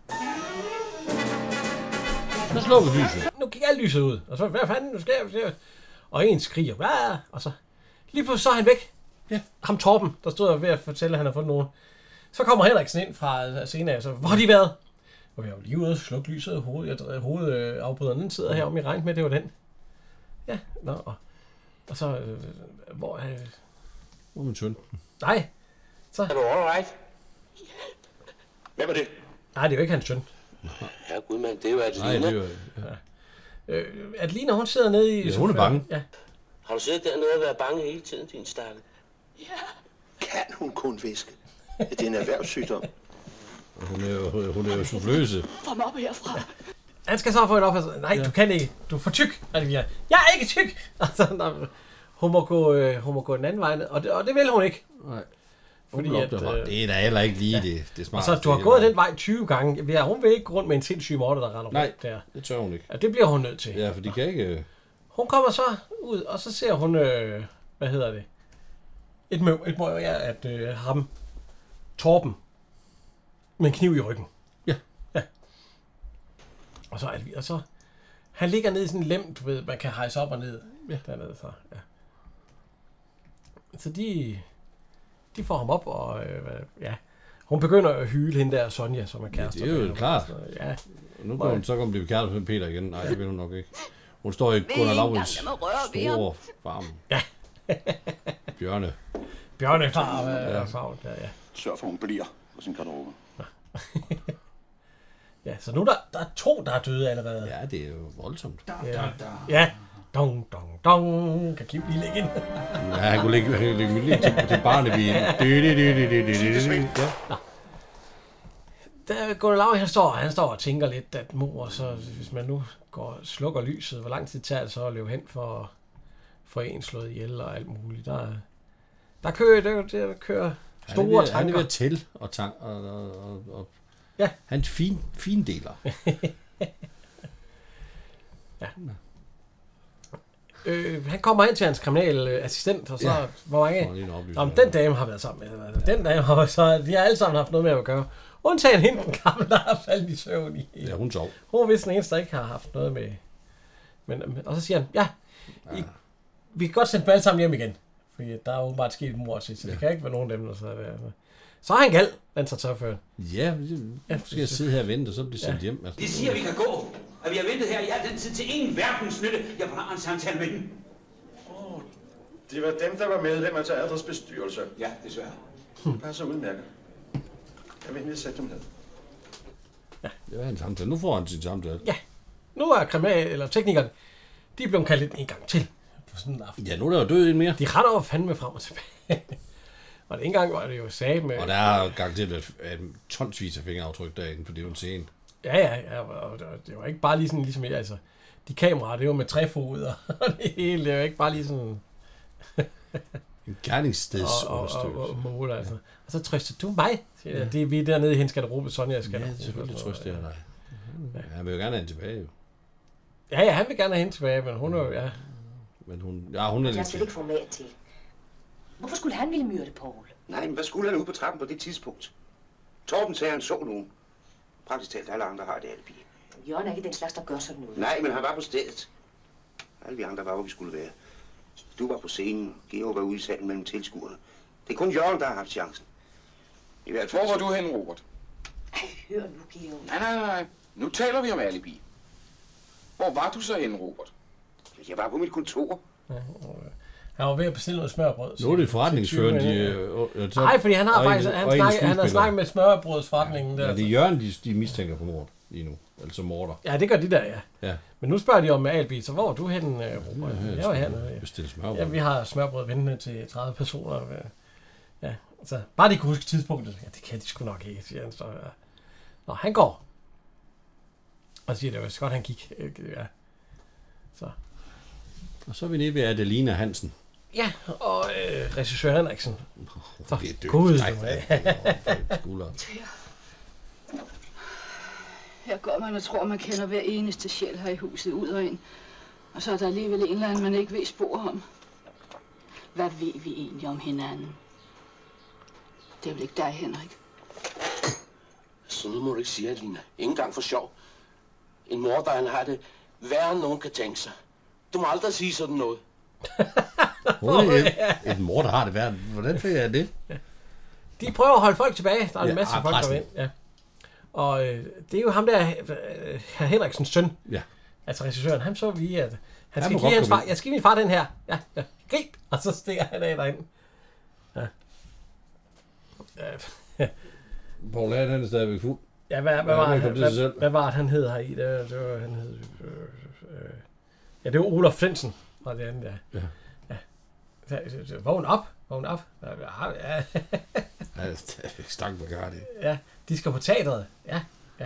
Så slukker lyset. Nu gik alt lyset ud. Og så, hvad fanden, nu sker jeg? Og en skriger, hvad? Og så, lige pludselig så er han væk. Ja. Ham Torben, der stod ved at fortælle, at han har fået nogen. Så kommer Henriksen ind fra scenen af, så hvor har de været? Og vi har jo lige ude og slukke lyset, hovedafbryderen sidder her om i regn med, det var den. Ja, og så, hvor er min søn? Nej, så... Er du all right? Hvem er det? Nej, det er jo ikke hans søn. Ja, gud mand, det er jo Adelina. Nej, det er jo... Ja. Adelina, hun sidder nede i... Ja, hun er bange. Ja. Har du siddet dernede og været bange hele tiden, din stakke? Ja. Kan hun kun viske? Det er en erhvervssygdom. Hun er jo souffløse. Få mig op herfra. Han skal så få en opfattelse. Nej, du kan ikke. Du er for tyk. Jeg er ikke tyk. Altså, hun må gå den anden vej. Og det vil hun ikke. Nej. Fordi det er da heller ikke lige det er smart. Og så du har gået den vej 20 gange. Hun vil ikke gå rundt med en sindssyg morte, der render rundt der. Nej, det tør hun ikke. Ja, det bliver hun nødt til. Ja, for de kan ikke... Hun kommer så ud, og så ser hun, hvad hedder det? At ham, Torben, med en kniv i ryggen. Ja. Og så han ligger nede i sådan en lem, du ved, man kan hejse op og ned. Ja. Dernede, så, ja. Så de får ham op, og hun begynder at hyle hende der, Sonja, som er kærester. Ja, det er jo klart. Ja. Nu kan hun så komme blive kærester med Peter igen. Nej, det vil hun nok ikke. Hun står i Gunnar Laurits store farm. Ja. Bjørnefar. Ja. Sørg for, hun bliver på sin garderobe. Ja, så nu der er 2, der er døde allerede. Ja, det er jo voldsomt. Ja. Dong, dong, dong. Kan Kim lige lægge ind? Ja, han kunne lægge lige til Barnaby. Da Gunnar Laurits, han står og tænker lidt, at mor, så hvis man nu slukker lyset, hvor lang tid tager det så at løbe hen for en slået ihjel og alt muligt. Der kører store tanker. Han er ved at tælle og ja. Han er fin deler. Ja. Han kommer ind til hans kriminalassistent, og så hvor mange... den dame har været sammen med. Den dame har så... De har alle sammen haft noget med at gøre. Undtagen hende, den gamle, der har faldet i søvn i. Ja, hun sov. Hun er vist den eneste, der ikke har haft noget med... Og så siger han, vi kan godt sende dem alle sammen hjem igen. Fordi der er åbenbart sket et mord til, så det kan ikke være nogen af dem, der så er der. Så er han gal, den tager tørføren. Ja, skal jeg sidde her og vente, og så bliver sendt hjem. Altså. De siger, vi kan gå, og vi har ventet her i al den tid til ingen verdens nytte. Jeg har en samtale med dem. Det var dem, der var medlem af teatrets bestyrelse. Ja, desværre. Det passer udmærket. Jeg vil endelig sætte dem ned. Ja, det var en samtale. Nu får han sin samtale. Ja, nu er teknikerne, de er blevet kaldt en gang til. Sådan en aften. Ja, nu er der jo død en mere. De render jo fandme frem og tilbage. Og en gang var det jo sagt med... Og der er garanteret tonsvis af fingeraftryk derinde, for det er jo en scene. Ja, og det var ikke bare lige sådan, ligesom altså, de kameraer, det var med træfoder, og det hele, det var ikke bare lige sådan... En gerningsstedsunderstøttelse. Og måler, altså. Og så trøster du mig. Ja. Det er vi dernede i hendes garderobe, Sonja skal. Ja, selvfølgelig trøster jeg dig. Ja. Han vil jo gerne have hende tilbage, jo. Ja, han vil gerne have hende tilbage, men hun er jo, Men hun er lidt... Jeg skal ikke få med til. Hvorfor skulle han ville myrde Poul? Nej, men hvad skulle han ude på trappen på det tidspunkt? Torben sagde, han så nogen. Praktisk talt alle andre har det alibi. Jørgen er ikke den slags, der gør sådan noget. Nej, men han var på stedet. Alle vi andre var, hvor vi skulle være. Du var på scenen. Georg var ude i salen mellem tilskuerne. Det er kun Jørgen, der har haft chancen. I hvert fald... Hvor var du henne, Robert? Hør nu, Georg. Nej. Nu taler vi om alibi. Hvor var du så henne, Robert? Jeg var på mit kontor. Han var ved at bestille noget smørbrød. Nu er det forretningsføren, Nej, fordi han har faktisk han har snakket med smørbrødsforretningen der. Ja, det er Jørgen, de mistænker for mord lige nu. Altså morder. Ja, det gør de der, ja. Men nu spørger de om alibi, så hvor er du henne, Robert? Jeg var hernede. Bestille smørbrød. Ja, vi har smørbrød ventende til 30 personer. Ja, altså, bare de kunne huske tidspunktet. Ja, det kan de sgu nok ikke, siger han så. Ja. Nå, han går. Og siger, det var godt, han gik. Ja. Så. Og så er vi nede ved Adelina Hansen. Ja, og regissør Henriksen. Så, Gud, Her går man og tror, man kender hver eneste sjæl her i huset ud og ind. Og så er der alligevel en eller anden, man ikke ved spor om. Hvad ved vi egentlig om hinanden? Det er vel ikke dig, Henrik? Så nu må du ikke sige, Adelina. Ingen gang for sjov. En mor, der han har det værre end nogen kan tænke sig. Du må aldrig sige sådan noget. En mor, der har det værre. Hvordan finder jeg det? De prøver at holde folk tilbage. Der er en masse folk, der vil ind. Ja. Og det er jo ham der, herr Henriksens søn. Ja. Altså regissøren, han så lige, at han skal give hans far. Jeg skal give min far den her. Ja, grib. Og så stikker han af derind. Ja. Poul Hagen, han er stadigvæk fuld. Ja, hvad var det, han hed her i? Det var, han hed... ja, det var Olaf Svendsen. Fra det andet, ja. Vågn op. Ja. Ja, stank med gardi. Ja, de skal på teatret. Ja.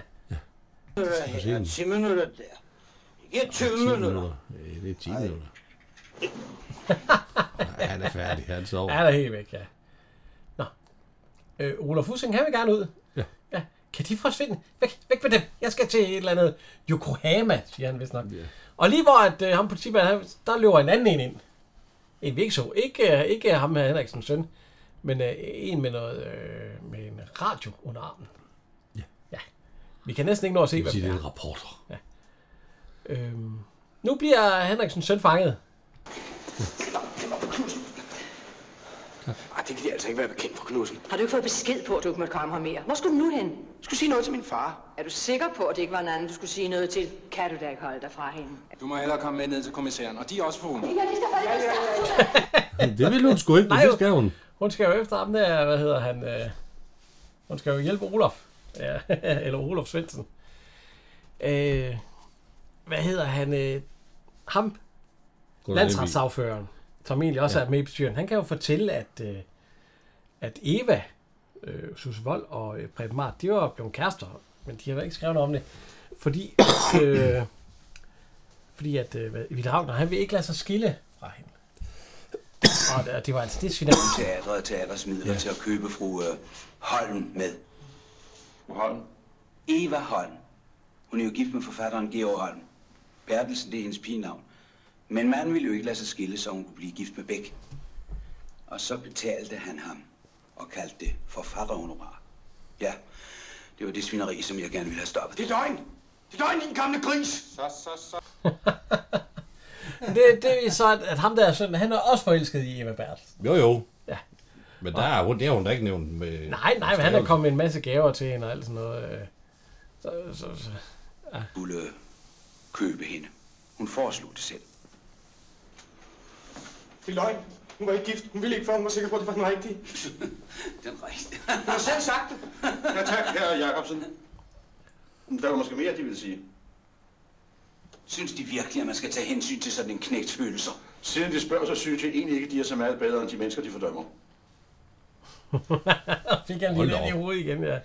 10 minutter der. Ikke 20 minutter. Det er 10 minutter. Han er færdig, han sover. Han er helt væk, ja. Nå. Olaf Ussing, han vil gerne ud. Ja. Kan de forsvinde? Væk med dem. Jeg skal til et eller andet Yokohama, siger han vist nok. Yeah. Og lige hvor at, ham politimanden, der løber en anden ind. En vi ikke så. Ikke ham her Henriksens søn, men en med noget med en radio under armen. Ja. Vi kan næsten ikke nå at se, hvad det er. Det er en rapporter. Ja. Nu bliver Henriksens søn fanget. Det kan de altså ikke være bekendt for Knudsen. Har du ikke fået besked på, at du ikke måtte komme her mere? Hvor skulle du nu hen? Jeg skulle sige noget til min far. Er du sikker på, at det ikke var en anden, du skulle sige noget til? Kan du da ikke holde dig fra hende? Du må hellere komme med ned til kommissæren, og de er også for hunde. Det vil hun sgu ikke, det skal hun. Hun skal jo efter ham der, hvad hedder han? Hun skal jo hjælpe Olaf. Ja, eller Olaf Svendsen. Hvad hedder han? Ham? Landsretssagføreren, som egentlig også er med i bestyren. Han kan jo fortælle, at Eva, Susse Wold og Preben Mart, de var blevet kærester, men de har ikke skrevet om det, fordi at Ville Ragnar, han vil ikke lade sig skille fra hende. Og det var altså det svineri. Teatret og teatersmidler til at købe fru Holm med. Holm? Eva Holm. Hun er jo gift med forfatteren Georg Holm. Bertelsen, det er hendes pigenavn. Men manden ville jo ikke lade sig skille, så hun kunne blive gift med Bæk. Og så betalte han ham og kaldte det forfatterhonorar. Ja, det var det svineri, som jeg gerne ville have stoppet. Det er løgn! Det er løgn, din gamle gris! Så. det er så, at ham der søn, han er også forelsket i Eva Bertelsen. Jo. Ja. Men det er hun da ikke nævnt med... Nej, men han er kommet med en masse gaver til hende og alt sådan noget. Ja. Skulle købe hende. Hun foreslog det selv. Det er løgn. Hun var ikke gift. Hun ville ikke, før hun var sikker på, at det var den rigtige. Den rigtige. Hun har selv sagt det. Ja, tak, herre Jacobsen. Der var måske mere, de ville sige. Synes de virkelig, at man skal tage hensyn til sådan en knægts følelser? Siden de spørger, så synes jeg egentlig ikke, de er så meget bedre, end de mennesker, de fordømmer. Fik han lige den i hovedet igen, ja.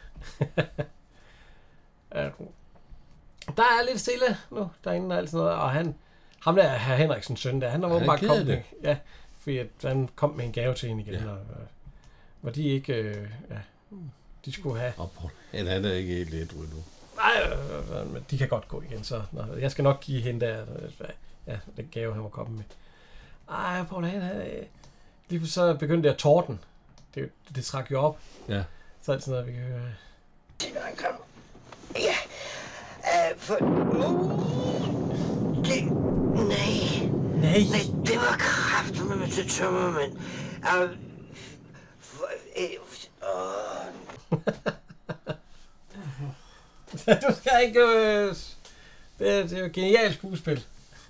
Der er lidt stille nu, derinde og alt sådan noget, og ham der herr Henriksens søn der, han var åbenbart kommet. Ja, fordi at han kom med en gave til hende igen, ja. Hvor de ikke, de skulle have... Han er ikke helt lidt ud nu. Nej, men de kan godt gå igen, så jeg skal nok give hende der, den gave, han var kommet med. Ej, Poul Hagen, lige så begyndte det at torden. Det trak jo op. Ja. Så er det sådan noget, vi kan høre. Han kom. Ja. Nej, det var kraften med til tømmermænd. Du skal ikke... Det er jo genialt skuespil.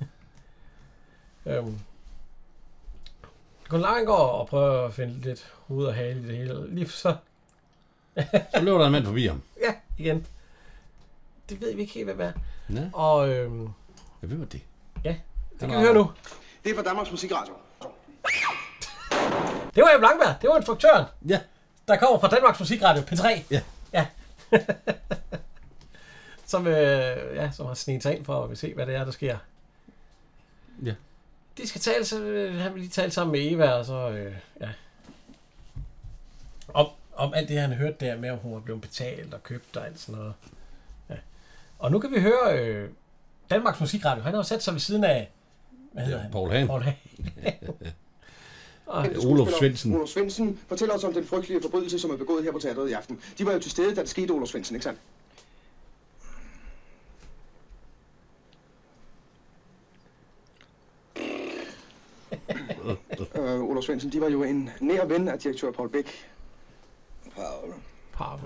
Gunnar Lang går og prøver at finde lidt hoved og hale i det hele. Lige så... Så blev der en mand forbi ham. Ja, igen. Det ved vi ikke helt, hvad det er. Ja. Og... Jeg ved, hvad det Ja, det kan vi høre nu. Det er fra Danmarks Musikradio. Det var Jeppe Langberg. Det var instruktøren. Ja. Der kommer fra Danmarks Musikradio, P3. Ja. som har sneget sig ind for at se, hvad det er, der sker. Ja. De skal tale, han vil lige tale sammen med Eva, og så, om alt det, han hørte der med, om hun var blevet betalt og købt og alt sådan noget. Ja. Og nu kan vi høre Danmarks Musikradio. Han har jo sat sig ved siden af... Hvad hedder han? Paul Hahn. Paul Hahn. Olof Svendsen. Olof Svendsen fortæller os om den frygtelige forbrydelse, som er begået her på teatret i aften. De var jo til stede, da det skete, Olof Svendsen, ikke sandt? Olof Svendsen, de var jo en nær ven af direktør Paul Beck. Paul.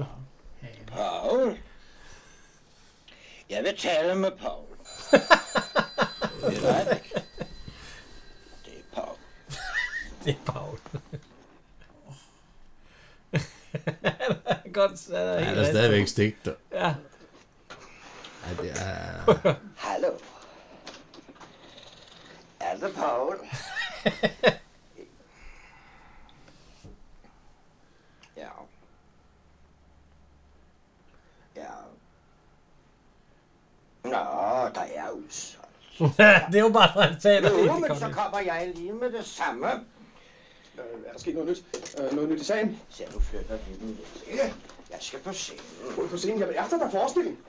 Jeg vil tale med Paul. Det er dig, Beck. Det er Paul. Det er Paul. Godt, han er stadigvæk stigt. Ja. Ja, det er... Hallo. Er det Paul? Ja. Ja. Nå, der er udsolgt. Det er jo bare fra en teater. Jo, men så kommer jeg lige med det samme. Er der sket noget nyt? Noget nyt i sagen? Så du flytter den lidt. Ja, jeg skal på scenen. På scenen? Jamen, er der forestilling?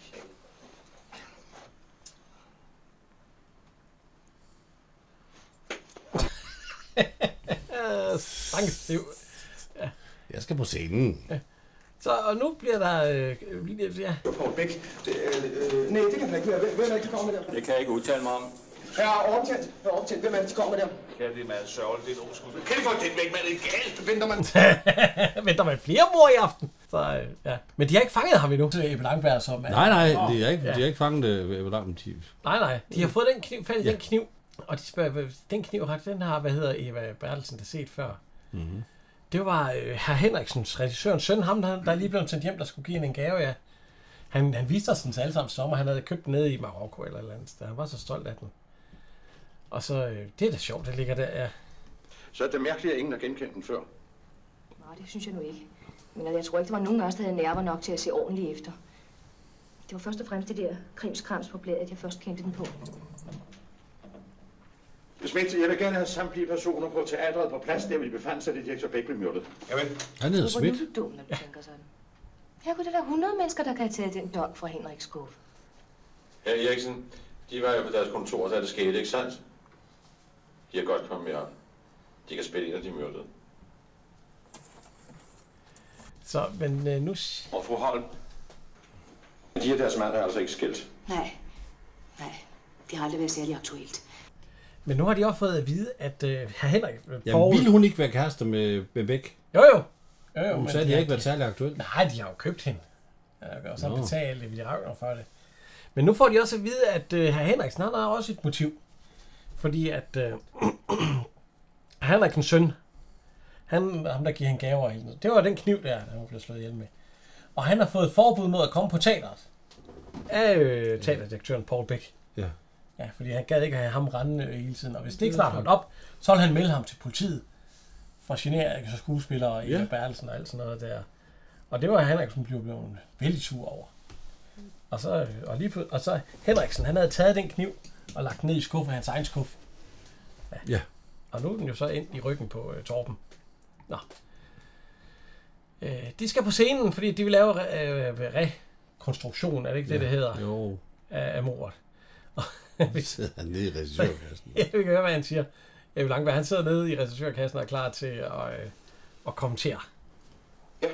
Ja. Jeg skal på scenen. Ja. Så, og nu bliver der... ja. Paul Beck. Nej, det kan man ikke. Hvem er det, de kommer med der? Det kan jeg ikke udtale mig om. Herre overtændt. Hvem er det, de kommer med der? Ja, det er meget sørgeligt. Det er et oskud. Kan I få den væk, mand? Det er galt. Venter man flere mor i aften? Så, ja. Men de har ikke fanget ham endnu, Ebbe Langberg, som er... Nej, de har ikke fanget Ebbe Langberg. Nej. De har fået den kniv, fat i den kniv, og de spørger, den kniv, den har, Eva Bertelsen, der set før. Mm-hmm. Det var herr Henriksens, regissørens søn, ham der er lige blevet sendt hjem, der skulle give en gave, ja. Han viste os den alle sammen sommer, han havde købt den nede i Marokko eller et eller andet sted. Han var så stolt af den. Og så, det er da sjovt, det ligger der, ja. Så er det mærkeligt, at ingen har genkendt den før. Nej, det synes jeg nu ikke. Men jeg tror ikke, der var nogen af os, der havde nerver nok til at se ordentligt efter. Det var først og fremmest det der krimskrams på bladet, jeg først kendte den på. Smidt, jeg vil gerne have samtlige personer på teatret på plads, der vi befandt sig, da direktør Beck blev myrdet. Jamen. Han hedder Smidt. Hvor er du dum, når du tænker sådan. Her kunne der være 100 mennesker, der kan have taget den dom fra Henriks skuffe. Ja, Eriksen, de var jo på deres kontor, da det skete, ikke sandt? De har godt kommet med op. De kan spille ind, og de myrdede. Så, men nu... Og fru Holm, de og deres mand er altså ikke skilt. Nej. Det har aldrig været særlig aktuelt. Men nu har de også fået at vide, at herr Henrik... Jamen, ville hun ikke være kærester med Beck? Jo. Hun sagde, at det ikke været særlig aktuelt. Nej, de har jo købt hende. Og så betale Viravner for det. Men nu får de også at vide, at herr Henriksen, han har også et motiv. Fordi at Henriksens søn, ham der giver hende gaver, det var den kniv der, han blev slået ihjel med. Og han har fået forbud mod at komme på teateret af teaterdirektøren Paul Beck. Ja. Ja, fordi han gad ikke have ham rende hele tiden. Og hvis det ikke snart holdt op, så ville han melde ham til politiet for at genere skuespillere i Bertelsen og alt sådan noget der. Og det var Henriksen blevet vældig sur over. Og så Henriksen, han havde taget den kniv og lagt den ned i skuffen, hans egen skuffe. Ja. Og nu er den jo så ind i ryggen på Torben. Nå. De skal på scenen, fordi de vil lave rekonstruktion, er det ikke det hedder? Jo. Af mordet. Vi sidder han nede i regissørkassen. Ja, vi kan høre, hvad han siger. Ebbe Langberg, han sidder nede i regissørkassen og er klar til at kommentere. Ja.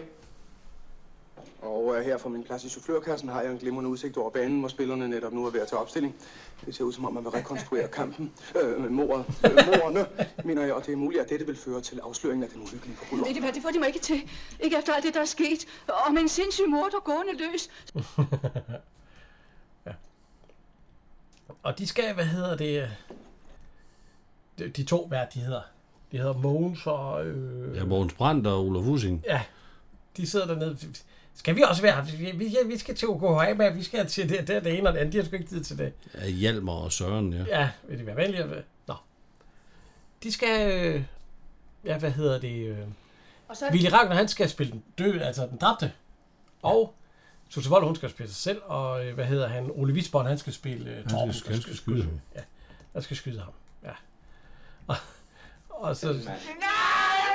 Og her fra min plads i soufflørkassen har jeg en glimrende udsigt over banen, hvor spillerne netop nu er ved at tage opstilling. Det ser ud som om, man vil rekonstruere kampen. Morderne, mener jeg, og det er muligt, at dette vil føre til afsløringen af den uhyggelige forbryder. Ved de hvad, det får de mig ikke til. Ikke efter alt det, der er sket. Og med en sindssyg morder gående løs. Ja. Og de skal, de to, hvad de hedder? De hedder Mogens og... Ja, Mogens Brandt og Olaf Hussing. Ja, de sidder dernede. Skal vi også være... Vi skal til at gå af med, vi skal til det ene og det andet. De har sgu ikke tid til det. Ja, Hjalmar og Søren, ja. Ja, vil de være venlige? Nå. De skal... Willy Ragnar, han skal spille den døde, altså den dræbte. Og Susse Wold, hun skal spille sig selv. Og Ole Wiesborn, han skal spille Torben. Han skal skyde ham. Ja, han skal skyde ham. Ja. Og så... Nej,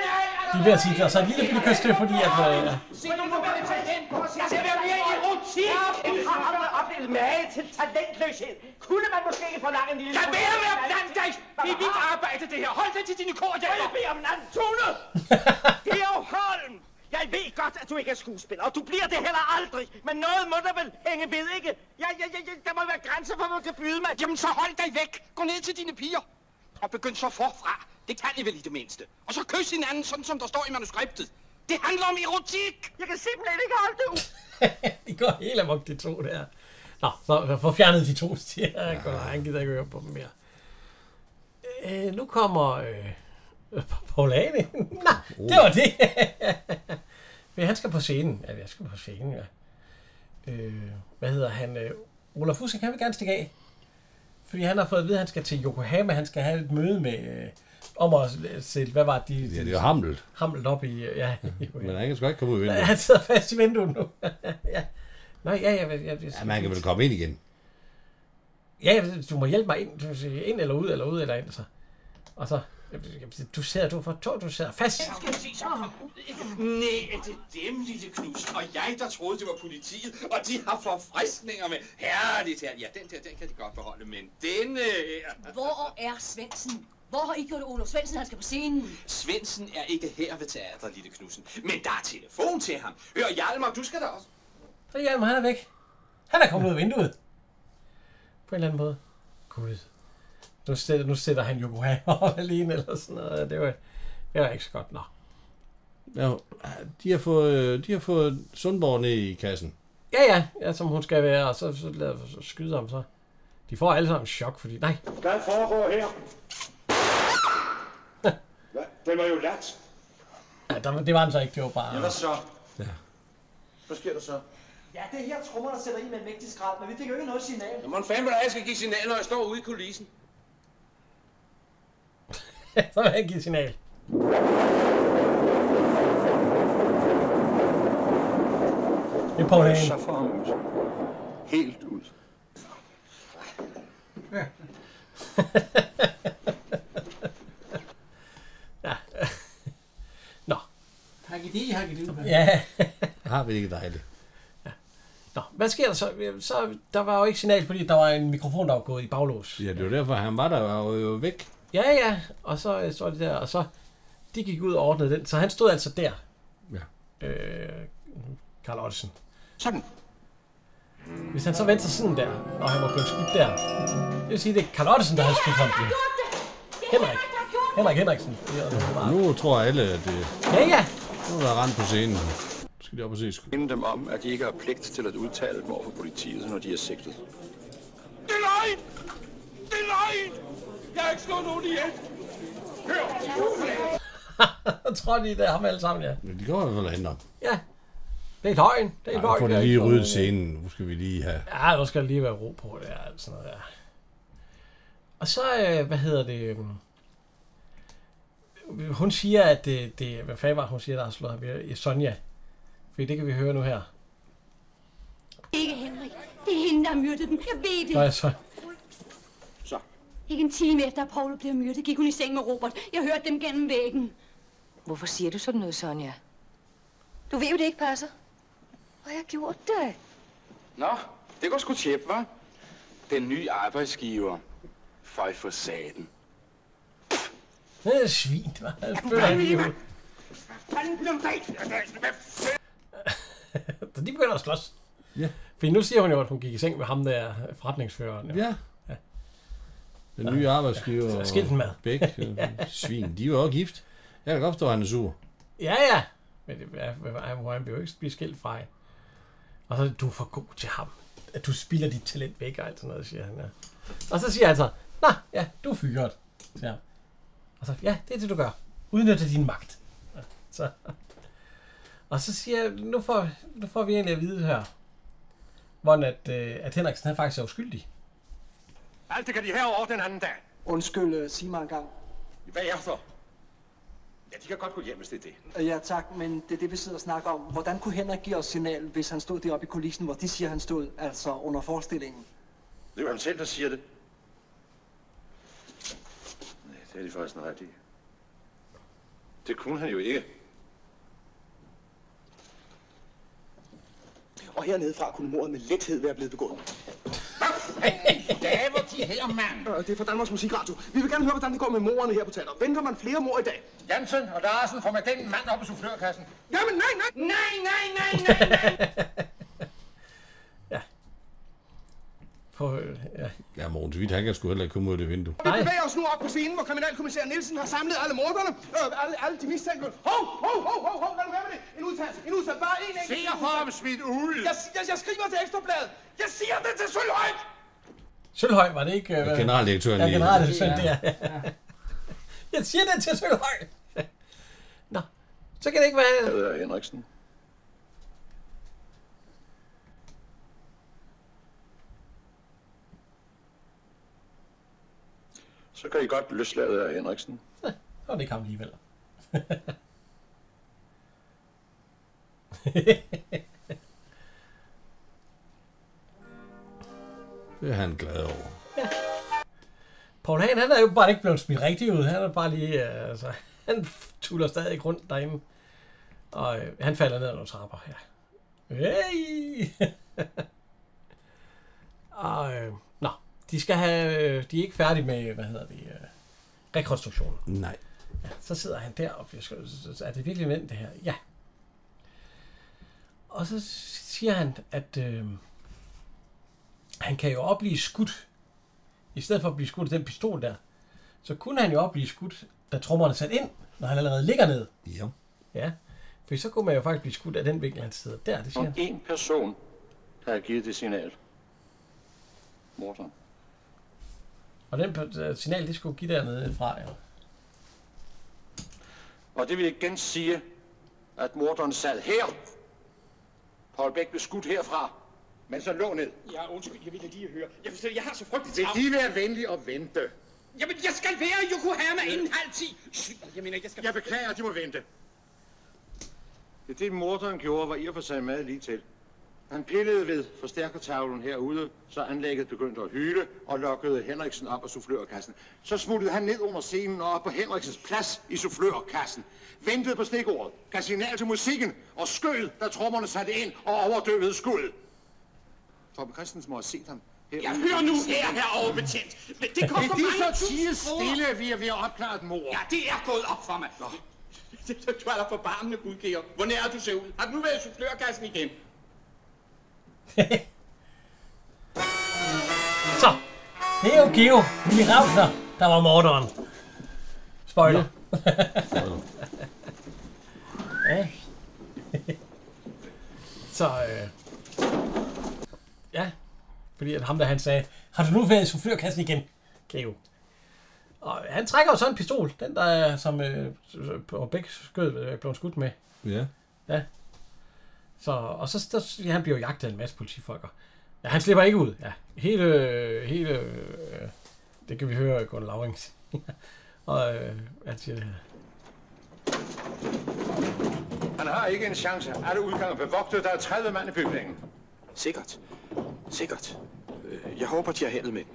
De er ved at sige, at der er så et lille bitte kys til, fordi at... Se nu med det talent! Jeg skal være mere erotik! Du har aldrig oplevet mage til talentløshed. Kunne man måske ikke forlange en lille... Lad være med at blande dig! Det er mit arbejde, det her. Hold dig til dine korhjælper! Jeg beder om en anden tone! Georg Holm! Jeg ved godt, at du ikke er skuespiller, og du bliver det heller aldrig. Men noget må der vel hænge ved, ikke? Der må være grænser for, hvad du kan byde mig. Jamen så hold dig væk. Gå ned til dine piger. Og begynd så forfra. Det kan I vel i det mindste. Og så kys hinanden, sådan som der står i manuskriptet. Det handler om erotik. Jeg kan simpelthen ikke holde det ud. De går helt amok, de to der. Nå, så får fjernet de to, siger jeg. Han gider ikke høre på dem mere. Nu kommer... Paul Ane. Nej, det var det. Men han skal på scenen. Ja, jeg skal på scenen, ja. Hvad hedder han? Olaf Ussing, han vil gerne stikke af. Fordi han har fået at vide, at han skal til Yokohama. Han skal have et møde med... om at se, hvad var det? Ja, det er Hamlet. Hamlet op i... Ja. Men han kan sgu ikke komme ud i vinduet. Han sidder fast i vinduet nu. Ja. Nå, ja, man kan vel komme ind igen. Ja, du må hjælpe mig ind. Ind eller ud, eller ind. Så. Og så... Du sidder fast. Nej, det er dem, lille Knudsen. Og jeg, der troede, det var politiet. Og de har forfriskninger med. Herligt her. Ja, den kan de godt beholde. Men denne her... Hvor er Svendsen? Hvor har I gjort Olof Svendsen, han skal på scenen? Svendsen er ikke her ved teatret, lille Knudsen. Men der er telefon til ham. Hør, Hjalmar, du skal da også. Så Hjalmar, han er væk. Han er kommet ud af vinduet. På en eller anden måde. Gud. Nu sætter han Yokohama op alene, eller sådan noget. Det var ikke så godt, nå. Ja, de har fået Sundborg ned i kassen. Ja, som hun skal være, og så skyder ham så. De får alle sammen chok, fordi... Nej. Hvad foregår her? Den var jo lat. Ja, det var den så ikke, det var bare... Ja, hvad så? Ja. Hvad sker der så? Ja, det er her trommer, der sætter i med en mægtig skrald, men vi fik jo ikke noget signal. Jamen, fanden vil jeg skal give signal, når jeg står ude i kulissen? Så vil jeg give signal. Det er Paul Ane. Så får han helt ud. Ja. Ja. Nå. Hakkedi. Ja. Har vi ikke dejligt. Ja. Nå, hvad sker der så? Der var jo ikke signal, fordi der var en mikrofon, der var gået i baglås. Ja, det var derfor, han var der jo væk. Ja, og så står de der, og så de gik ud og ordnede den. Så han stod altså der. Ja. Carl Ottesen. Sådan. Hvis han så vendte sig sådan der, og han var blevet skudt der, det vil sige, det er Carl Ottesen, der havde skudt ham. Henrik Henriksen. Nu tror alle, at det... Ja. Nu er der rent på scenen. Nu skal de op og se skud. Minde dem om, at de ikke har pligt til at udtale dem over for politiet, når de er sigtet. Det er løgn! Det er løgn! Jeg har ikke slået nogen ihjel! Hør! Jeg tror, de er ham alle sammen, ja. Men de går i hvert fald hen om. Ja. Det er løgn. Det er løgn. Nu får de lige ryddet scenen. Nu skal vi lige have... Ja, nu skal der lige være ro på det her. Sådan noget der. Og så, hvad hedder det... Hun siger, at det hvad fanden var hun siger, der har slået ham i Sonja. For det kan vi høre nu her. Ikke Henrik. Det er hende, der har myrdet dem. Jeg ved det. Nå, så. Ikke en time efter, at Paul blev myrdet, gik hun i seng med Robert. Jeg hørte dem gennem væggen. Hvorfor siger du sådan noget, Sonja? Du ved jo, det ikke passer. Og jeg gjort det. Nå, det går sgu tjep, hva'? Den nye arbejdsgiver. Føj for saten. Det er svin, hva'? Spiller han lige ud. Så de begynder at slås. Ja. For nu siger hun jo, at hun gik i seng med ham der forretningsføreren. Ja. Den nye arbejdsgiver. Skilt med. Bæk. Svin. De er jo også gift. Jeg kan godt forstå, at han er sur. Ja. Men han vil jo ikke blive skilt fra. Og så du er for god til ham. At du spilder dit talent væk og alt sådan noget, siger han. Ja. Og så siger han så, nå, ja, du er fyret. Ja. Og så, ja, det er det, du gør. Udnytte din magt. Ja, så. Og så siger jeg, nu får vi egentlig at vide her, hvordan at Henriksen han faktisk er uskyldig. Alt det kan de herover den anden dag. Undskyld, sig mig en gang. Hvad er så? Ja, de kan godt gå hjem, hvis det er det. Ja, tak, men det er det, vi sidder og snakker om. Hvordan kunne Henrik give os signal, hvis han stod deroppe i kulissen, hvor de siger, han stod, altså under forestillingen? Det er jo ham selv, der siger det. Nej, det er de forresten ret i. Det kunne han jo ikke. Og hernede fra kunne mordet med lethed være blevet begået. Daver de her, mand! Det er fra Danmarks Musikradio. Vi vil gerne høre, hvordan det går med morderne her på teateret. Venter man flere mord i dag? Jansen og Larsen, får med den mand op i soufflørkassen. Jamen nej! Ja, Mogens Witt, han kan sgu heller ikke komme ud af det vindue. Vi bevæger os nu op på scenen, hvor kriminalkommissær Nielsen har samlet alle morderne. Alle de mistænkte. Hov, lad nu være med det. En udtalelse. Bare en enkelt. Se jer for ham smidt ud. Jeg skriver til Ekstrabladet. Jeg siger det til Sølhøj. Sølhøj, var det ikke? Generaldirektøren. Ja, generaldirektøren, det er. Jeg siger det til Sølhøj. Nå, så kan det ikke være... Jeg hedder Henriksen. Så kan I godt løslade af Henriksen. Ja, og det kan han alligevel. Det er han glad over. Ja. Poul Hahn, han er jo bare ikke blevet smidt rigtig ud. Han er bare lige... han tuller stadig rundt derinde. Og han falder ned ad nogle trapper. Ja. Hey! Og... nå. De skal have... de er ikke færdige med, rekonstruktionen. Nej. Ja, så sidder han deroppe. Er det virkelig nemt, det her? Ja. Og så siger han, at han kan jo også blive skudt. I stedet for at blive skudt af den pistol der, så kunne han jo også blive skudt, da trommerne sat ind, når han allerede ligger ned. Ja. Ja. For så kunne man jo faktisk blive skudt af den vinkel, han sidder der. Det siger han. En person, der har givet det signal. Morderen. Og den signal, det skulle give dernede fra, ja. Og det vil igen sige, at morderen sad her. Poul Bech blev skudt herfra, mens han lå ned. Ja, undskyld, jeg ville lige høre. Jeg har så frygteligt Vil de være venlige og vente? Jamen, jeg skal være i Yokohama inden 9:30. Jeg mener, jeg skal... Jeg beklager, de må vente. Det morderen gjorde, var i og for sig meget lige til. Han pillede ved forstærkertavlen herude, så anlægget begyndte at hyle og lokkede Henriksen op af soufflørkassen. Så smuttede han ned under scenen og op på Henriksens plads i soufflørkassen. Ventede på stikordet, gav signal til musikken og skød, da trommerne satte ind og overdøvede skuddet. Torben Christensen må have set ham herude. Jeg hører nu her, overbetjent. Det koster mig mange så tusind stille, vi er ved at opklare et mord. Ja, det er gået op for mig. Du er der forbarmende, Gud, Georg. Hvor nær du ser ud. Har du nu været i soufflørkassen igen? Så, det er jo Geo Miravner, der var morderen. Spoiler. Ja. Så, ja, fordi at ham der han sagde, har du nu været i soufflørkassen igen, Geo? Og han trækker jo så en pistol, den der er, som Bech skød blev skudt med. Ja. Ja. Så, og så han bliver jo jagtet af en masse politifolk. Ja, han slipper ikke ud. Ja, hele det kan vi høre Gunnar Lauring. Og han siger det her. Han har ikke en chance. Alle udgange bevogtet. Der er 30 mand i bygningen. Sikkert. Jeg håber, de har heldet med.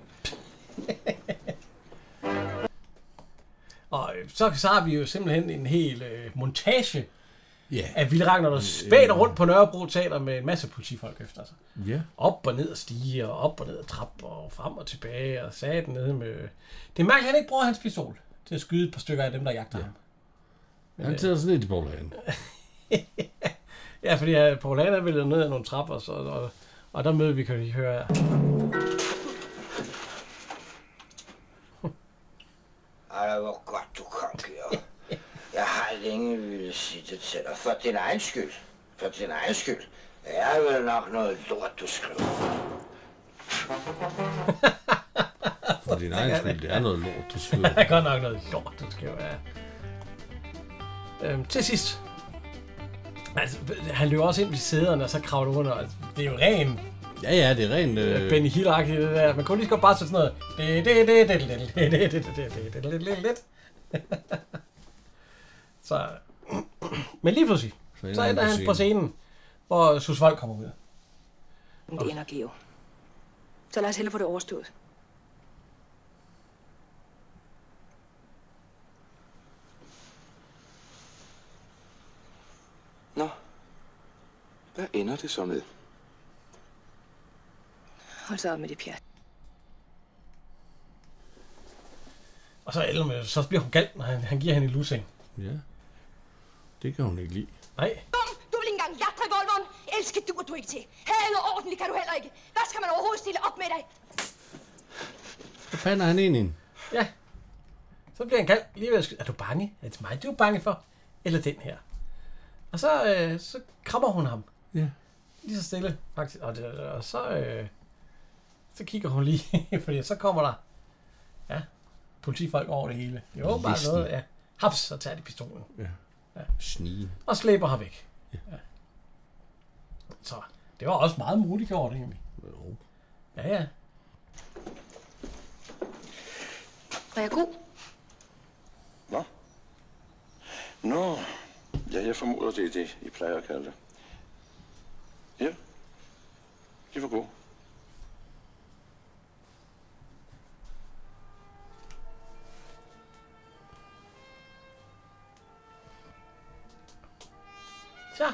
Og så har vi jo simpelthen en hel montage Yeah. Af Ville Ragnar, der spæder rundt på Nørrebro Teater med en masse politifolk efter sig. Yeah. Op og ned og stiger, og op og ned og trapper, og frem og tilbage, og sat nede med... Det er mærkeligt, at han ikke bruger hans pistol til at skyde et par stykker af dem, der jagter ham. Men, han tager sådan lidt i Poul Hahn. Ja, fordi Poul Hahn er vel ned ad nogle trapper, og der møder vi, kan I høre her. Ej, hvor godt du kom, Georg. Jeg har længe ville sige det til dig. For din egen skyld. For din egen skyld. Det er vel nok noget lort, du skriver. For din egen skyld, det er noget lort, du skriver. Det er godt nok noget lort, du skriver, ja. Til sidst. Altså, han løber også ind ved sæderne, og så kravler under. Altså, det er jo ren... Ja, det er ren... Benny Hill-agtigt, det der. Man kunne lige så godt bare sætte sådan noget... Så... Men lige pludselig, så ender han på scenen, hvor Susvold kommer ud. Det ender, Geo. Så lad os hellere få det overstået. Nå. Hvad ender det så med? Hold så op med det pjat. Og så bliver hun gal, når han giver hende en lussing. Ja. Det kan hun ikke lide. Nej. Du vil ikke engang jagte revolveren. Elske duer du ikke til. Hade ordentligt kan du heller ikke. Hvad skal man overhovedet stille op med dig? Så pander han ind i hende. Ja. Så bliver han gal. Lige ved at skyde. Er du bange? Er det mig, du er bange for? Eller den her? Og så krammer hun ham. Ja. Lige så stille, faktisk. Og så kigger hun lige, fordi så kommer der politifolk over det hele. Det er jo bare noget, ja. Haps, så tager de pistolen. Ja. Snige. Og slæber her væk. Ja. Så det var også meget modigt gjort, egentlig. Jo. Ja. Var jeg god? Nå. Nå. Ja, jeg formoder, det er det, I plejer at kalde det. Ja. Det var god. Så.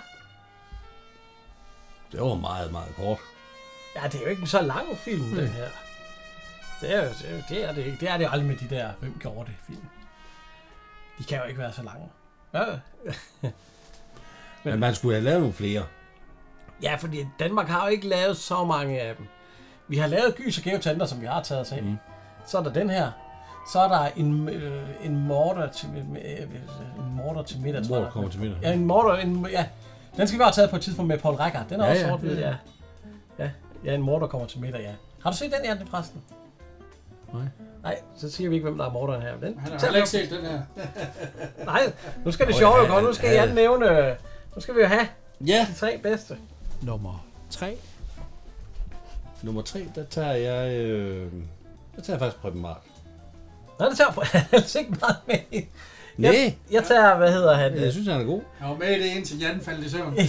Det var meget, meget kort. Ja, det er jo ikke en så lang film, den her. Det er det ikke. Det er det aldrig med de der 5 korte film. De kan jo ikke være så lange. Ja. Men man skulle have lavet nogle flere. Ja, fordi Danmark har jo ikke lavet så mange af dem. Vi har lavet Gys og Geotanter, som vi har taget os af. Så er der den her. Så er der en morder til middag, tror jeg. Morder kommer til middag. Ja, en morder. Ja. Den skal vi have taget på et tidspunkt med Paul Reichhardt. Den er også sort-hvid, ja. Ja, en morder kommer til middag, ja. Har du set den, Jan, forresten? Nej, så siger vi ikke, hvem der er morderen her. Den, han har heller ikke set den her. Nej, nu skal det sjovt gå. Nu skal Jan nævne... Nu skal vi jo have de 3 bedste. Nummer 3, der tager jeg... der tager jeg faktisk Preben Mart. Nej, det tager jeg ikke meget med. Nej. Jeg tager, hvad hedder han? Jeg synes, han er god. Jeg var med i det indtil Jan faldt i søvn.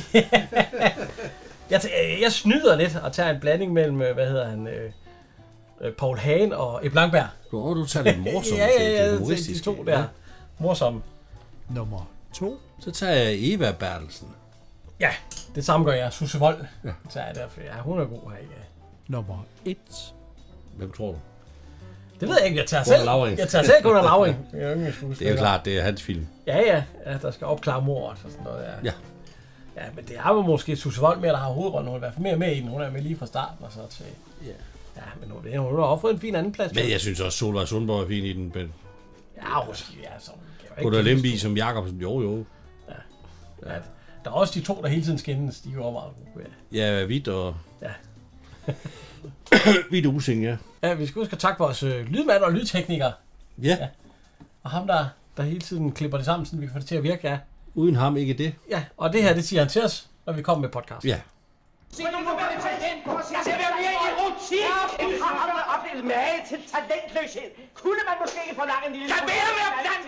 Jeg snyder lidt og tager en blanding mellem, hvad hedder han, Paul Hagen og Ebbe Langberg. Du tager det morsomme. Ja, de 2 der. Morsomme. Nummer 2, så tager jeg Eva Bertelsen. Ja, det samme gør jeg. Susse Wold. Ja. Så er derfor, hun er god her. Ja. Nummer 1. Hvem tror du? Det ved jeg ikke. Jeg tager selv Gunnar Lauring. Det er jo klart, det er hans film. Ja, der skal opklare mordet og sådan noget. Ja. Ja, men det er jo måske Susse Wold mere, der har hovedrollen. Hun er i hvert fald mere med i den. Hun er med lige fra starten og så til... Ja, men hun har også fået en fin anden plads. Men jeg synes også, Solvej Sundborg er fin i den. Men... Ja, måske. Ja, så... Gunnar Lemvig som Jacobsen. Jo. Ja. Der er også de 2, der hele tiden skændes. De er jo meget gode. Ja, Hvidt og... Ja. Hvidt Using, ja. Ja, vi skal huske at takke vores lydmand og lydtekniker. Ja. Og ham, der hele tiden klipper det sammen, så vi kan få det til at virke, ja. Uden ham ikke det. Ja, og det her, det siger han til os, når vi kommer med podcast. Ja. Se, nu må være talent. Jeg skal være mere erotik. Jeg har aldrig oplevet mage til talentløshed. Kunne man måske ikke forlange en lille... Jeg vil være blandt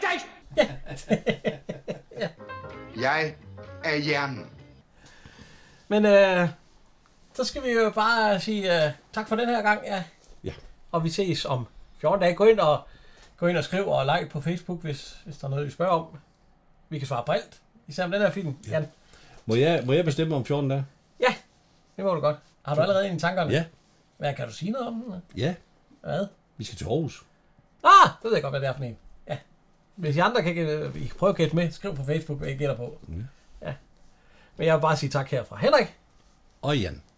dig! Jeg er hjernen. Men så skal vi jo bare sige tak for den her gang, ja. Og vi ses om 14 dage. Gå ind og skriv og like på Facebook, hvis der er noget, I spørger om. Vi kan svare på alt, især om den her film. Jan. Må jeg bestemme om 14 dage? Ja, det må du godt. Har du allerede en i tankerne? Ja. Hvad, kan du sige noget om den? Ja. Hvad? Vi skal til Aarhus. Det ved jeg godt, hvad det er for en. Ja. Hvis I andre kan prøve at gætte med, skriv på Facebook, hvad I gætter på. Ja. Men jeg vil bare sige tak her fra Henrik. Og Jan.